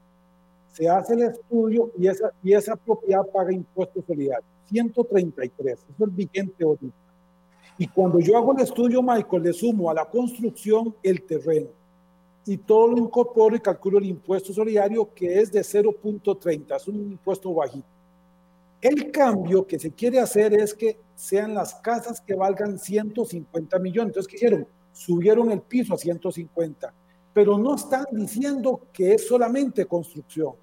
se hace el estudio y esa, y esa propiedad paga impuestos solidarios, ciento treinta y tres, eso es vigente ahorita. Y cuando yo hago el estudio, Michael, le sumo a la construcción el terreno y todo lo incorporo y calculo el impuesto solidario, que es de cero punto treinta, es un impuesto bajito. El cambio que se quiere hacer es que sean las casas que valgan ciento cincuenta millones. Entonces, ¿qué hicieron? Subieron el piso a ciento cincuenta, pero no están diciendo que es solamente construcción.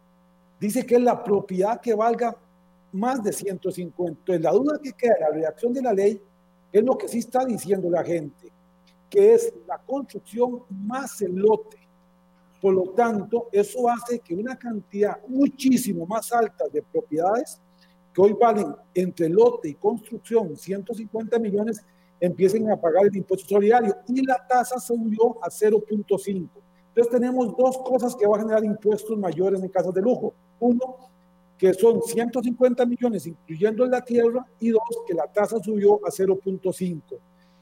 Dice que es la propiedad que valga más de ciento cincuenta. Entonces, la duda que queda, la redacción de la ley, es lo que sí está diciendo la gente, que es la construcción más el lote. Por lo tanto, eso hace que una cantidad muchísimo más alta de propiedades, que hoy valen entre lote y construcción ciento cincuenta millones, empiecen a pagar el impuesto solidario y la tasa subió a cero punto cinco. Entonces tenemos dos cosas que van a generar impuestos mayores en casas de lujo. Uno, que son ciento cincuenta millones incluyendo en la tierra, y dos, que la tasa subió a cero punto cinco.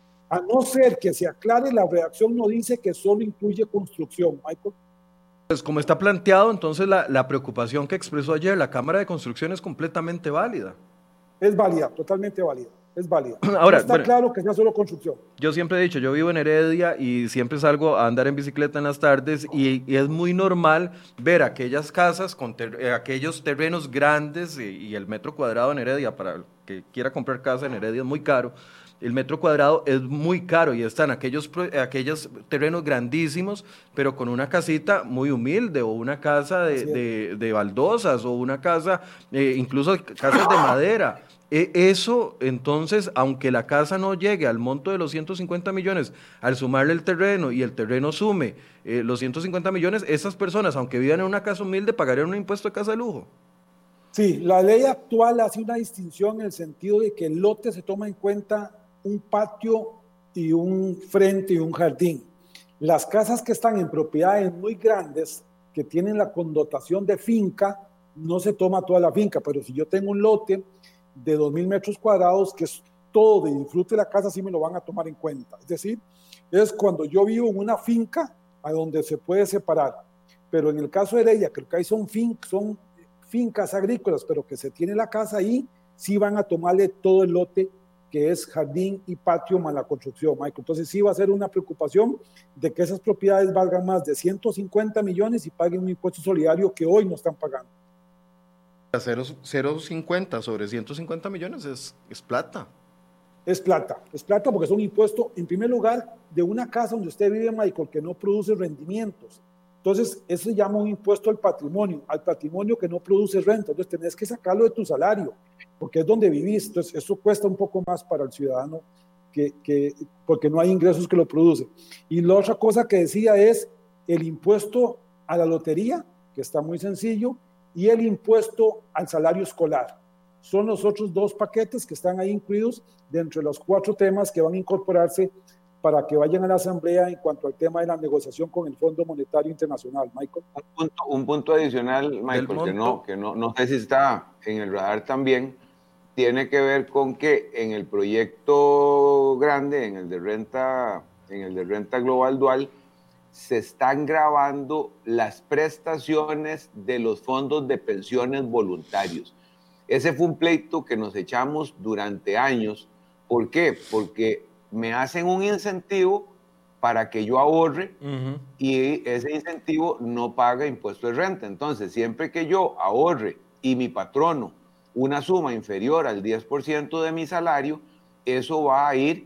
A no ser que se aclare, la redacción no dice que solo incluye construcción, Michael. Pues como está planteado, entonces la, la preocupación que expresó ayer la Cámara de Construcción es completamente válida. Es válida, totalmente válida. Es válida. Ahora, no está bueno, claro que sea solo construcción. Yo siempre he dicho, yo vivo en Heredia y siempre salgo a andar en bicicleta en las tardes y, y es muy normal ver aquellas casas con ter, eh, aquellos terrenos grandes y, y el metro cuadrado en Heredia, para el que quiera comprar casa en Heredia es muy caro. El metro cuadrado es muy caro y están aquellos, aquellos terrenos grandísimos, pero con una casita muy humilde o una casa de, de, de baldosas o una casa, eh, incluso casas de madera. Eso, entonces, aunque la casa no llegue al monto de los ciento cincuenta millones, al sumarle el terreno y el terreno sume eh, los ciento cincuenta millones, esas personas, aunque vivan en una casa humilde, pagarían un impuesto de casa de lujo. Sí, la ley actual hace una distinción en el sentido de que el lote se toma en cuenta un patio y un frente y un jardín. Las casas que están en propiedades muy grandes, que tienen la connotación de finca, no se toma toda la finca, pero si yo tengo un lote de dos mil metros cuadrados, que es todo de disfrute de la casa, sí me lo van a tomar en cuenta. Es decir, es cuando yo vivo en una finca a donde se puede separar. Pero en el caso de Heredia, creo que ahí son, fin, son fincas agrícolas, pero que se tiene la casa ahí, sí van a tomarle todo el lote que es jardín y patio más la construcción, Michael. Entonces sí va a ser una preocupación de que esas propiedades valgan más de ciento cincuenta millones y paguen un impuesto solidario que hoy no están pagando. cero punto cincuenta sobre ciento cincuenta millones es, es plata. Es plata, es plata porque es un impuesto, en primer lugar, de una casa donde usted vive, Michael, que no produce rendimientos. Entonces, eso se llama un impuesto al patrimonio, al patrimonio que no produce renta. Entonces, tenés que sacarlo de tu salario, porque es donde vivís. Entonces, eso cuesta un poco más para el ciudadano, que, que, porque no hay ingresos que lo producen. Y la otra cosa que decía es el impuesto a la lotería, que está muy sencillo, y el impuesto al salario escolar. Son los otros dos paquetes que están ahí incluidos dentro de los cuatro temas que van a incorporarse para que vayan a la Asamblea en cuanto al tema de la negociación con el Fondo Monetario Internacional, Michael. Un punto, un punto adicional, Michael, que, no, que no, no sé si está en el radar también, tiene que ver con que en el proyecto grande, en el de renta, en el de renta global dual, se están grabando las prestaciones de los fondos de pensiones voluntarios. Ese fue un pleito que nos echamos durante años. ¿Por qué? Porque me hacen un incentivo para que yo ahorre uh-huh. y ese incentivo no paga impuesto de renta. Entonces, siempre que yo ahorre y mi patrono una suma inferior al diez por ciento de mi salario, eso va a ir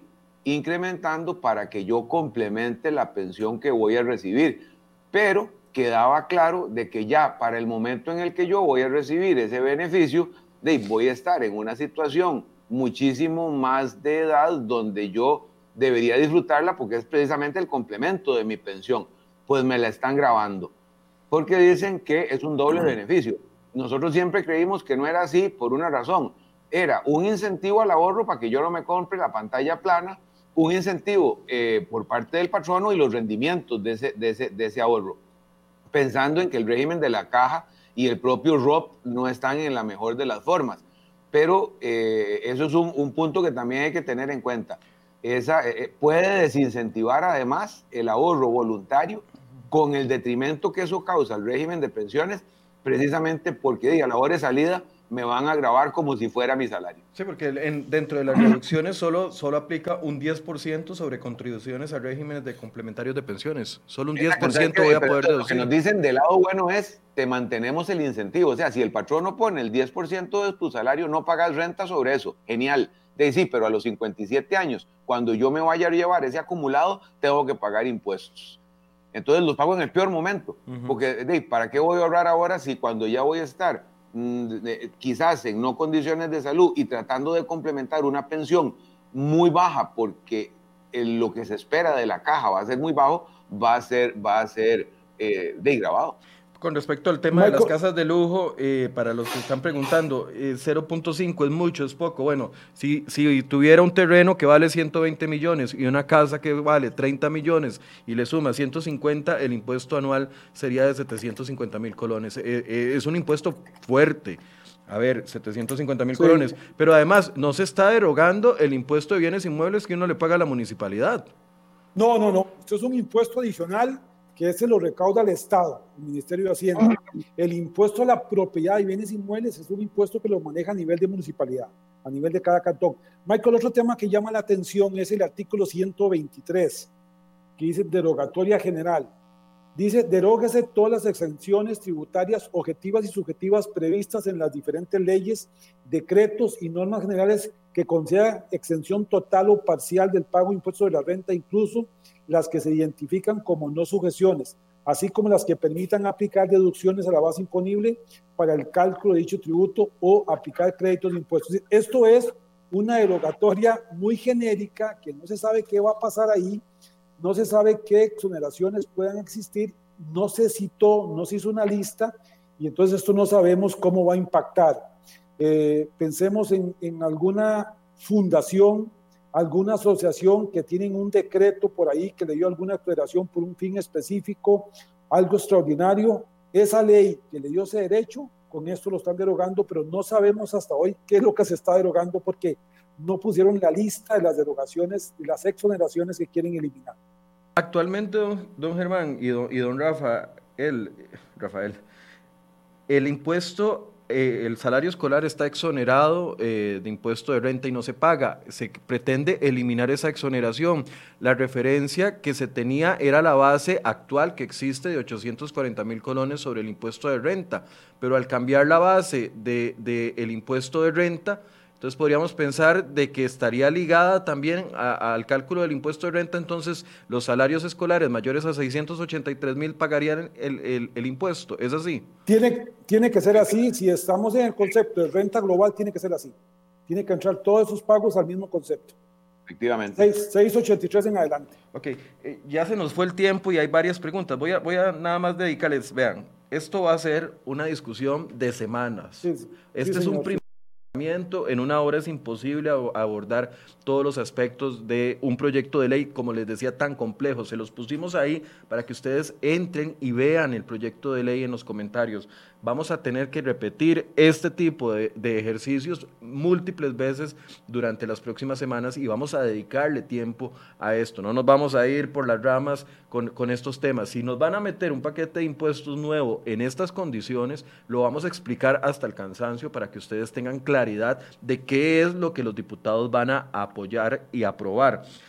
incrementando para que yo complemente la pensión que voy a recibir. Pero quedaba claro de que ya para el momento en el que yo voy a recibir ese beneficio, de, voy a estar en una situación muchísimo más de edad donde yo debería disfrutarla porque es precisamente el complemento de mi pensión. Pues me la están grabando porque dicen que es un doble beneficio. Nosotros siempre creímos que no era así por una razón. Era un incentivo al ahorro para que yo no me compre la pantalla plana, un incentivo eh, por parte del patrono y los rendimientos de ese, de, ese, de ese ahorro, pensando en que el régimen de la caja y el propio R O P no están en la mejor de las formas. Pero eh, eso es un, un punto que también hay que tener en cuenta. Esa, eh, puede desincentivar además el ahorro voluntario con el detrimento que eso causa al régimen de pensiones, precisamente porque a la hora de salida me van a grabar como si fuera mi salario. Sí, porque en, dentro de las reducciones solo, solo aplica un diez por ciento sobre contribuciones a regímenes de complementarios de pensiones. Solo un diez por ciento voy a poder deducir. Lo que nos dicen del lado bueno es, te mantenemos el incentivo. O sea, si el patrono pone el diez por ciento de tu salario, no pagas renta sobre eso. Genial. De sí, pero a los cincuenta y siete años, cuando yo me vaya a llevar ese acumulado, tengo que pagar impuestos. Entonces los pago en el peor momento. Uh-huh. Porque, de, ¿para qué voy a ahorrar ahora si cuando ya voy a estar quizás en no condiciones de salud y tratando de complementar una pensión muy baja porque el, lo que se espera de la caja va a ser muy bajo, va a ser, va a ser eh, desgravado? Con respecto al tema Michael, de las casas de lujo, eh, para los que están preguntando, eh, cero punto cinco es mucho, es poco. Bueno, si, si tuviera un terreno que vale ciento veinte millones y una casa que vale treinta millones y le suma ciento cincuenta, el impuesto anual sería de setecientos cincuenta mil colones. Eh, eh, es un impuesto fuerte. A ver, setecientos cincuenta mil sí. colones. Pero además, no se está derogando el impuesto de bienes inmuebles que uno le paga a la municipalidad. No, no, no. Esto es un impuesto adicional que ese lo recauda el Estado, el Ministerio de Hacienda. El impuesto a la propiedad y bienes inmuebles es un impuesto que lo maneja a nivel de municipalidad, a nivel de cada cantón. Michael, otro tema que llama la atención es el artículo ciento veintitrés, que dice derogatoria general. Dice, deróguese todas las exenciones tributarias objetivas y subjetivas previstas en las diferentes leyes, decretos y normas generales que concedan exención total o parcial del pago de impuestos de la renta, incluso las que se identifican como no sujeciones, así como las que permitan aplicar deducciones a la base imponible para el cálculo de dicho tributo o aplicar créditos de impuestos. Esto es una derogatoria muy genérica que no se sabe qué va a pasar ahí, no se sabe qué exoneraciones puedan existir, no se citó, no se hizo una lista y entonces esto no sabemos cómo va a impactar. Eh, pensemos en, en alguna fundación, alguna asociación que tienen un decreto por ahí que le dio alguna exoneración por un fin específico, algo extraordinario. Esa ley que le dio ese derecho, con esto lo están derogando, pero no sabemos hasta hoy qué es lo que se está derogando porque no pusieron la lista de las derogaciones y las exoneraciones que quieren eliminar. Actualmente, don Germán y don, y don Rafa, el, Rafael, el impuesto, eh, el salario escolar está exonerado eh, de impuesto de renta y no se paga. Se pretende eliminar esa exoneración. La referencia que se tenía era la base actual que existe de ochocientos cuarenta mil colones sobre el impuesto de renta, pero al cambiar la base del de, de impuesto de renta, entonces podríamos pensar de que estaría ligada también a, al cálculo del impuesto de renta, entonces los salarios escolares mayores a seiscientos ochenta y tres mil pagarían el, el, el impuesto, ¿es así? Tiene, tiene que ser así, si estamos en el concepto de renta global tiene que ser así, tiene que entrar todos esos pagos al mismo concepto. Efectivamente. seiscientos ochenta y tres en adelante. Ok, eh, ya se nos fue el tiempo y hay varias preguntas, voy a, voy a nada más dedicarles, vean, esto va a ser una discusión de semanas, sí, este sí, es señor, un primer en una hora es imposible abordar todos los aspectos de un proyecto de ley, como les decía, tan complejo. Se los pusimos ahí para que ustedes entren y vean el proyecto de ley en los comentarios. Vamos a tener que repetir este tipo de, de ejercicios múltiples veces durante las próximas semanas y vamos a dedicarle tiempo a esto. No nos vamos a ir por las ramas con, con estos temas. Si nos van a meter un paquete de impuestos nuevo en estas condiciones, lo vamos a explicar hasta el cansancio para que ustedes tengan claridad de qué es lo que los diputados van a apoyar y aprobar.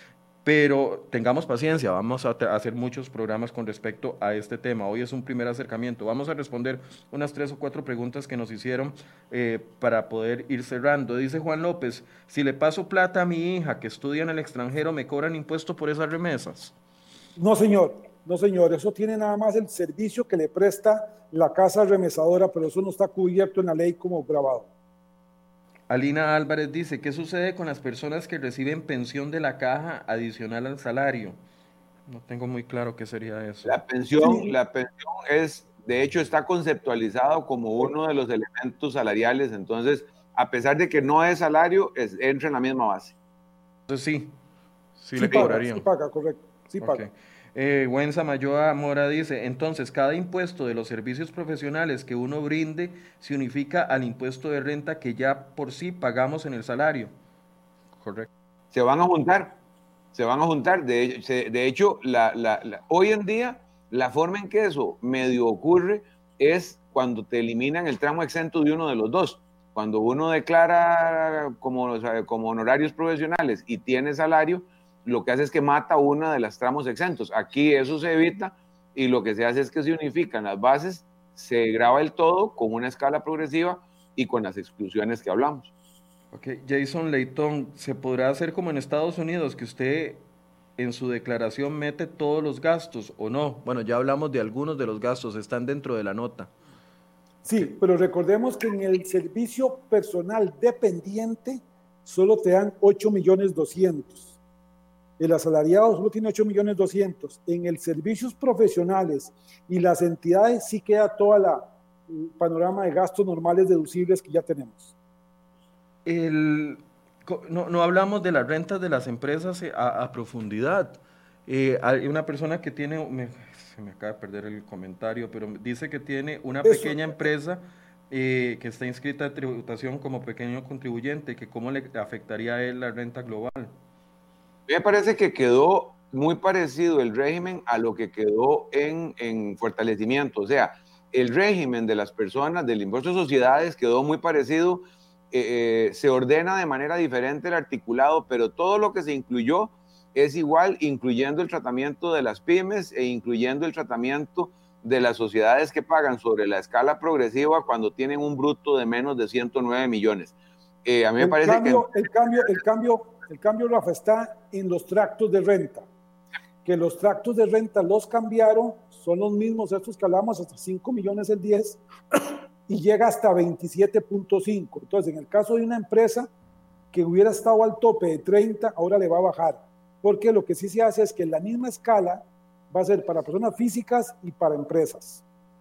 pero tengamos paciencia, vamos a hacer muchos programas con respecto a este tema. Hoy es un primer acercamiento. Vamos a responder unas tres o cuatro preguntas que nos hicieron eh, para poder ir cerrando. Dice Juan López, si le paso plata a mi hija que estudia en el extranjero, ¿me cobran impuesto por esas remesas? No, señor, no, señor, eso tiene nada más el servicio que le presta la casa remesadora, pero eso no está cubierto en la ley como grabado. Alina Álvarez dice, ¿qué sucede con las personas que reciben pensión de la caja adicional al salario? No tengo muy claro qué sería eso. La pensión, sí. la pensión es, de hecho, está conceptualizado como uno de los elementos salariales, entonces, a pesar de que no es salario, es, entra en la misma base. Entonces sí, sí, sí le paga, cobrarían. Sí paga, correcto, sí okay. paga. Eh, Wenza Mayoa Mora dice, entonces, cada impuesto de los servicios profesionales que uno brinde se unifica al impuesto de renta que ya por sí pagamos en el salario. Correcto. Se van a juntar, se van a juntar. De, se, de hecho, la, la, la, hoy en día, la forma en que eso medio ocurre es cuando te eliminan el tramo exento de uno de los dos. Cuando uno declara como, o sea, como honorarios profesionales y tiene salario, lo que hace es que mata una de las tramos exentos. Aquí eso se evita y lo que se hace es que se unifican las bases, se graba el todo con una escala progresiva y con las exclusiones que hablamos. Ok, Jason Leitón, ¿se podrá hacer como en Estados Unidos, que usted en su declaración mete todos los gastos o no? Bueno, ya hablamos de algunos de los gastos, están dentro de la nota. Sí, pero recordemos que en el servicio personal dependiente solo te dan ocho millones doscientos. El asalariado solo tiene ocho millones doscientos. En el servicios profesionales y las entidades sí queda toda la el panorama de gastos normales deducibles que ya tenemos. El, no, no hablamos de las rentas de las empresas a, a profundidad. Eh, hay una persona que tiene, me, se me acaba de perder el comentario, pero dice que tiene una Eso. pequeña empresa eh, que está inscrita de tributación como pequeño contribuyente, que cómo le afectaría a él la renta global. Me parece que quedó muy parecido el régimen a lo que quedó en, en fortalecimiento. O sea, el régimen de las personas del impuesto de sociedades quedó muy parecido, eh, se ordena de manera diferente el articulado, pero todo lo que se incluyó es igual, incluyendo el tratamiento de las pymes e incluyendo el tratamiento de las sociedades que pagan sobre la escala progresiva cuando tienen un bruto de menos de ciento nueve millones. Eh, a mí me el parece cambio, que... El cambio, el cambio... El cambio, Rafa, está en los tractos de renta, que los tractos de renta los cambiaron, son los mismos estos que hablamos, hasta cinco millones el diez, y llega hasta veintisiete punto cinco. Entonces, en el caso de una empresa que hubiera estado al tope de treinta, ahora le va a bajar, porque lo que sí se hace es que la misma escala va a ser para personas físicas y para empresas.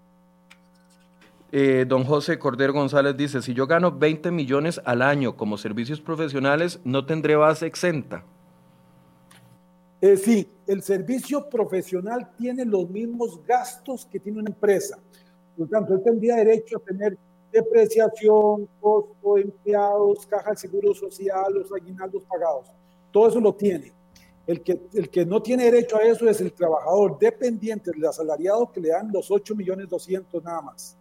Eh, don José Cordero González dice, si yo gano veinte millones al año como servicios profesionales, ¿no tendré base exenta? Eh, sí, el servicio profesional tiene los mismos gastos que tiene una empresa. Por lo tanto, él tendría derecho a tener depreciación, costo de empleados, caja de seguro social, los aguinaldos pagados. Todo eso lo tiene. El que, el que no tiene derecho a eso es el trabajador dependiente, el asalariado, que le dan los ocho millones doscientos nada más.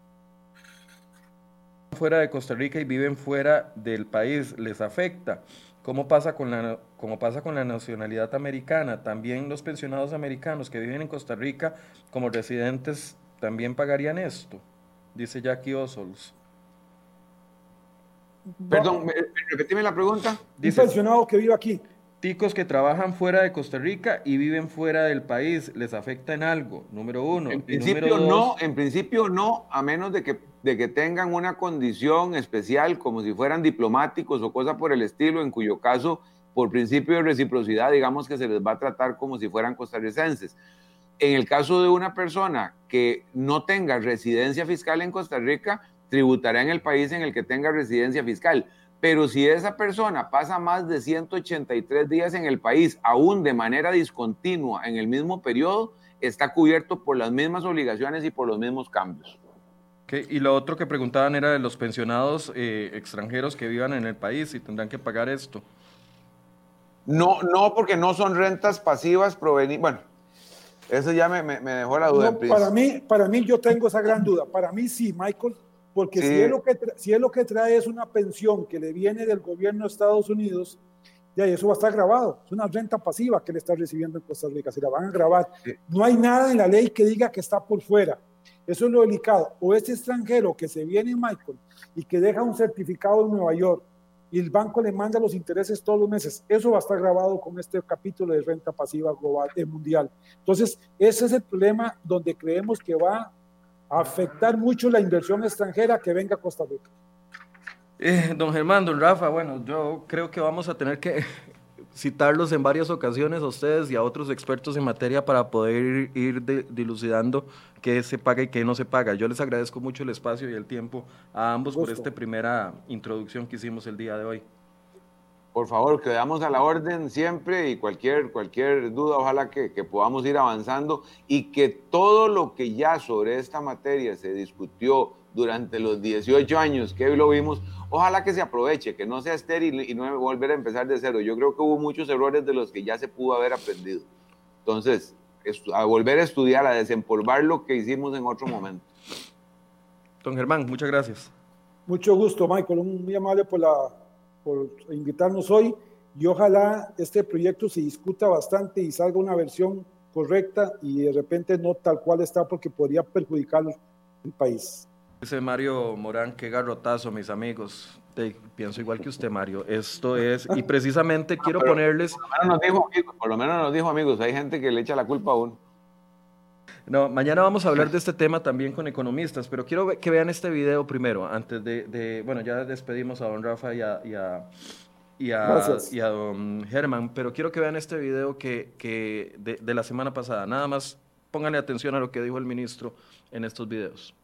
Fuera de Costa Rica y viven fuera del país, ¿les afecta? ¿Cómo pasa con la, cómo pasa con la nacionalidad americana? También los pensionados americanos que viven en Costa Rica como residentes también pagarían esto, dice Jackie Osols. Perdón, repíteme la pregunta. Dice, un pensionado que vive aquí. Ticos que trabajan fuera de Costa Rica y viven fuera del país, ¿les afecta en algo? Número uno. En y principio número dos, no, en principio no, a menos de que, de que tengan una condición especial, como si fueran diplomáticos o cosa por el estilo, en cuyo caso, por principio de reciprocidad, digamos que se les va a tratar como si fueran costarricenses. En el caso de una persona que no tenga residencia fiscal en Costa Rica, tributará en el país en el que tenga residencia fiscal. Pero si esa persona pasa más de ciento ochenta y tres días en el país, aún de manera discontinua en el mismo periodo, está cubierto por las mismas obligaciones y por los mismos cambios. Okay. Y lo otro que preguntaban era de los pensionados eh, extranjeros que vivan en el país y tendrán que pagar esto. No, no, porque no son rentas pasivas provenientes. Bueno, eso ya me, me, me dejó la duda. No, para mí, para mí yo tengo esa gran duda. Para mí sí, Michael. Porque sí. si, es lo que tra- si es lo que trae es una pensión que le viene del gobierno de Estados Unidos ya eso va a estar grabado, es una renta pasiva que él está recibiendo en Costa Rica, se la van a grabar. No hay nada en la ley que diga que está por fuera. Eso es lo delicado. O este extranjero que se viene, Michael, y que deja un certificado en Nueva York y el banco le manda los intereses todos los meses, eso va a estar grabado con este capítulo de renta pasiva global, eh, mundial. Entonces, ese es el problema donde creemos que va a afectar mucho la inversión extranjera que venga a Costa Rica. Eh, don Germán, don Rafa, bueno, yo creo que vamos a tener que citarlos en varias ocasiones a ustedes y a otros expertos en materia para poder ir, ir de, dilucidando qué se paga y qué no se paga. Yo les agradezco mucho el espacio y el tiempo a ambos por esta primera introducción que hicimos el día de hoy. Por favor, quedamos a la orden siempre y cualquier, cualquier duda, ojalá que, que podamos ir avanzando y que todo lo que ya sobre esta materia se discutió durante los dieciocho años que lo vimos, ojalá que se aproveche, que no sea estéril y no volver a empezar de cero. Yo creo que hubo muchos errores de los que ya se pudo haber aprendido. Entonces, a volver a estudiar, a desempolvar lo que hicimos en otro momento. Don Germán, muchas gracias. Mucho gusto, Michael, muy amable por, la, por invitarnos hoy y ojalá este proyecto se discuta bastante y salga una versión correcta y de repente no tal cual está porque podría perjudicar el país. Dice Mario Morán, qué garrotazo, mis amigos. Te, pienso igual que usted, Mario. Esto es, y precisamente quiero Pero, ponerles... Por lo, menos nos dijo, amigos, por lo menos nos dijo, amigos, hay gente que le echa la culpa a uno. No, mañana vamos a hablar de este tema también con economistas, pero quiero que vean este video primero, antes de... de bueno, ya despedimos a don Rafa y a, y a, y a, y a don Germán, pero quiero que vean este video que, que de, de la semana pasada. Nada más pónganle atención a lo que dijo el ministro en estos videos.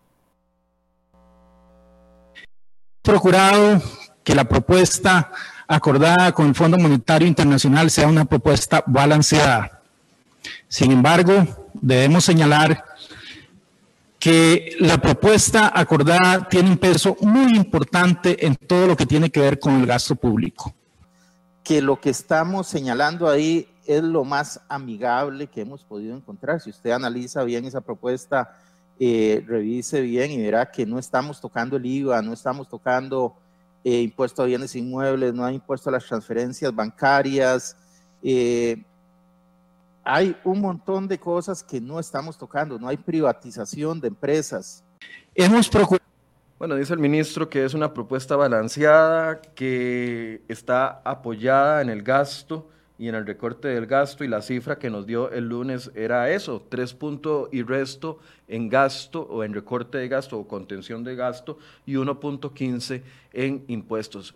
Procurado que la propuesta acordada con el Fondo Monetario Internacional sea una propuesta balanceada. Sin embargo, debemos señalar que la propuesta acordada tiene un peso muy importante en todo lo que tiene que ver con el gasto público. Que lo que estamos señalando ahí es lo más amigable que hemos podido encontrar. Si usted analiza bien esa propuesta, Eh, revise bien y verá que no estamos tocando el I V A, no estamos tocando eh, impuesto a bienes inmuebles, no hay impuesto a las transferencias bancarias, eh, hay un montón de cosas que no estamos tocando, no hay privatización de empresas. Hemos procurado... Bueno, dice el ministro que es una propuesta balanceada, que está apoyada en el gasto y en el recorte del gasto, y la cifra que nos dio el lunes era eso, tres puntos y resto en gasto o en recorte de gasto o contención de gasto y uno punto quince en impuestos.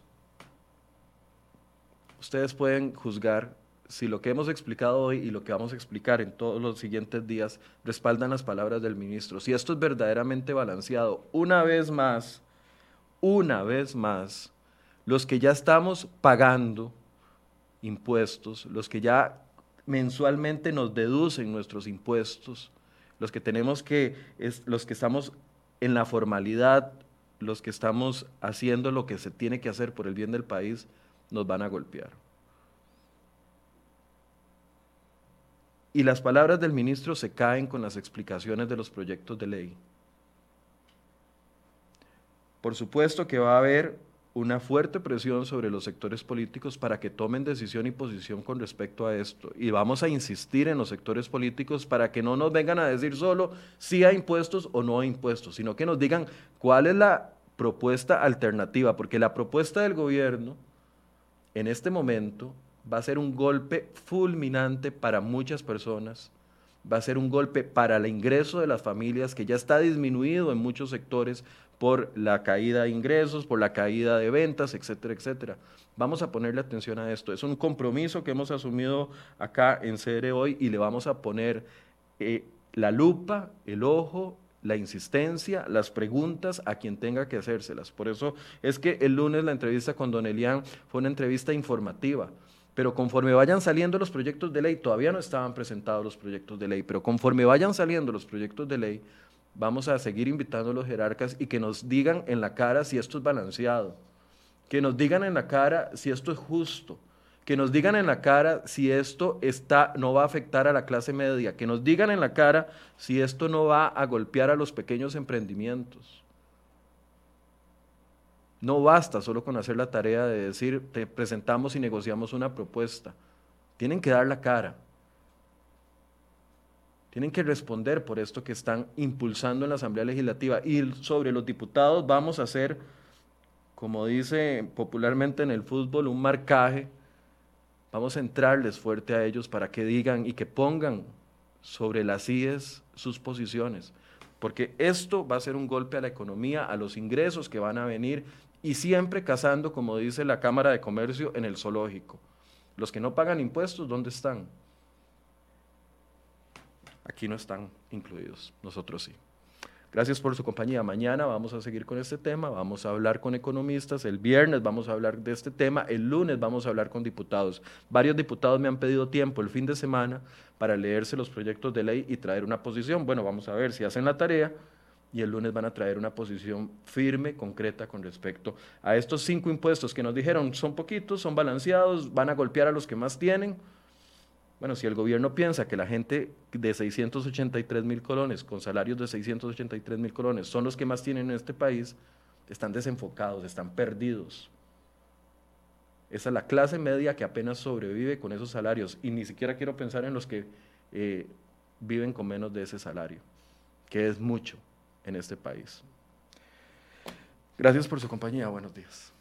Ustedes pueden juzgar si lo que hemos explicado hoy y lo que vamos a explicar en todos los siguientes días respaldan las palabras del ministro. Si esto es verdaderamente balanceado, una vez más, una vez más, los que ya estamos pagando impuestos, los que ya mensualmente nos deducen nuestros impuestos, los que tenemos que, es, los que estamos en la formalidad, los que estamos haciendo lo que se tiene que hacer por el bien del país, nos van a golpear. Y las palabras del ministro se caen con las explicaciones de los proyectos de ley. Por supuesto que va a haber una fuerte presión sobre los sectores políticos para que tomen decisión y posición con respecto a esto. Y vamos a insistir en los sectores políticos para que no nos vengan a decir solo si hay impuestos o no hay impuestos, sino que nos digan cuál es la propuesta alternativa, porque la propuesta del gobierno en este momento va a ser un golpe fulminante para muchas personas, va a ser un golpe para el ingreso de las familias que ya está disminuido en muchos sectores por la caída de ingresos, por la caída de ventas, etcétera, etcétera. Vamos a ponerle atención a esto. Es un compromiso que hemos asumido acá en C R hoy y le vamos a poner eh, la lupa, el ojo, la insistencia, las preguntas a quien tenga que hacérselas. Por eso es que el lunes la entrevista con don Elian fue una entrevista informativa, pero conforme vayan saliendo los proyectos de ley, todavía no estaban presentados los proyectos de ley, pero conforme vayan saliendo los proyectos de ley, vamos a seguir invitando a los jerarcas y que nos digan en la cara si esto es balanceado, que nos digan en la cara si esto es justo, que nos digan en la cara si esto está, no va a afectar a la clase media, que nos digan en la cara si esto no va a golpear a los pequeños emprendimientos. No basta solo con hacer la tarea de decir, te presentamos y negociamos una propuesta. Tienen que dar la cara. Tienen que responder por esto que están impulsando en la Asamblea Legislativa. Y sobre los diputados vamos a hacer, como dice popularmente en el fútbol, un marcaje. Vamos a entrarles fuerte a ellos para que digan y que pongan sobre las íes sus posiciones. Porque esto va a ser un golpe a la economía, a los ingresos que van a venir y siempre cazando, como dice la Cámara de Comercio, en el zoológico. Los que no pagan impuestos, ¿dónde están? Aquí no están incluidos, nosotros sí. Gracias por su compañía. Mañana vamos a seguir con este tema, vamos a hablar con economistas, el viernes vamos a hablar de este tema, el lunes vamos a hablar con diputados. Varios diputados me han pedido tiempo el fin de semana para leerse los proyectos de ley y traer una posición. Bueno, vamos a ver si hacen la tarea y el lunes van a traer una posición firme, concreta con respecto a estos cinco impuestos que nos dijeron son poquitos, son balanceados, van a golpear a los que más tienen. Bueno, si el gobierno piensa que la gente de seiscientos ochenta y tres mil colones, con salarios de seiscientos ochenta y tres mil colones, son los que más tienen en este país, están desenfocados, están perdidos. Esa es la clase media que apenas sobrevive con esos salarios, y ni siquiera quiero pensar en los que eh, viven con menos de ese salario, que es mucho en este país. Gracias por su compañía, buenos días.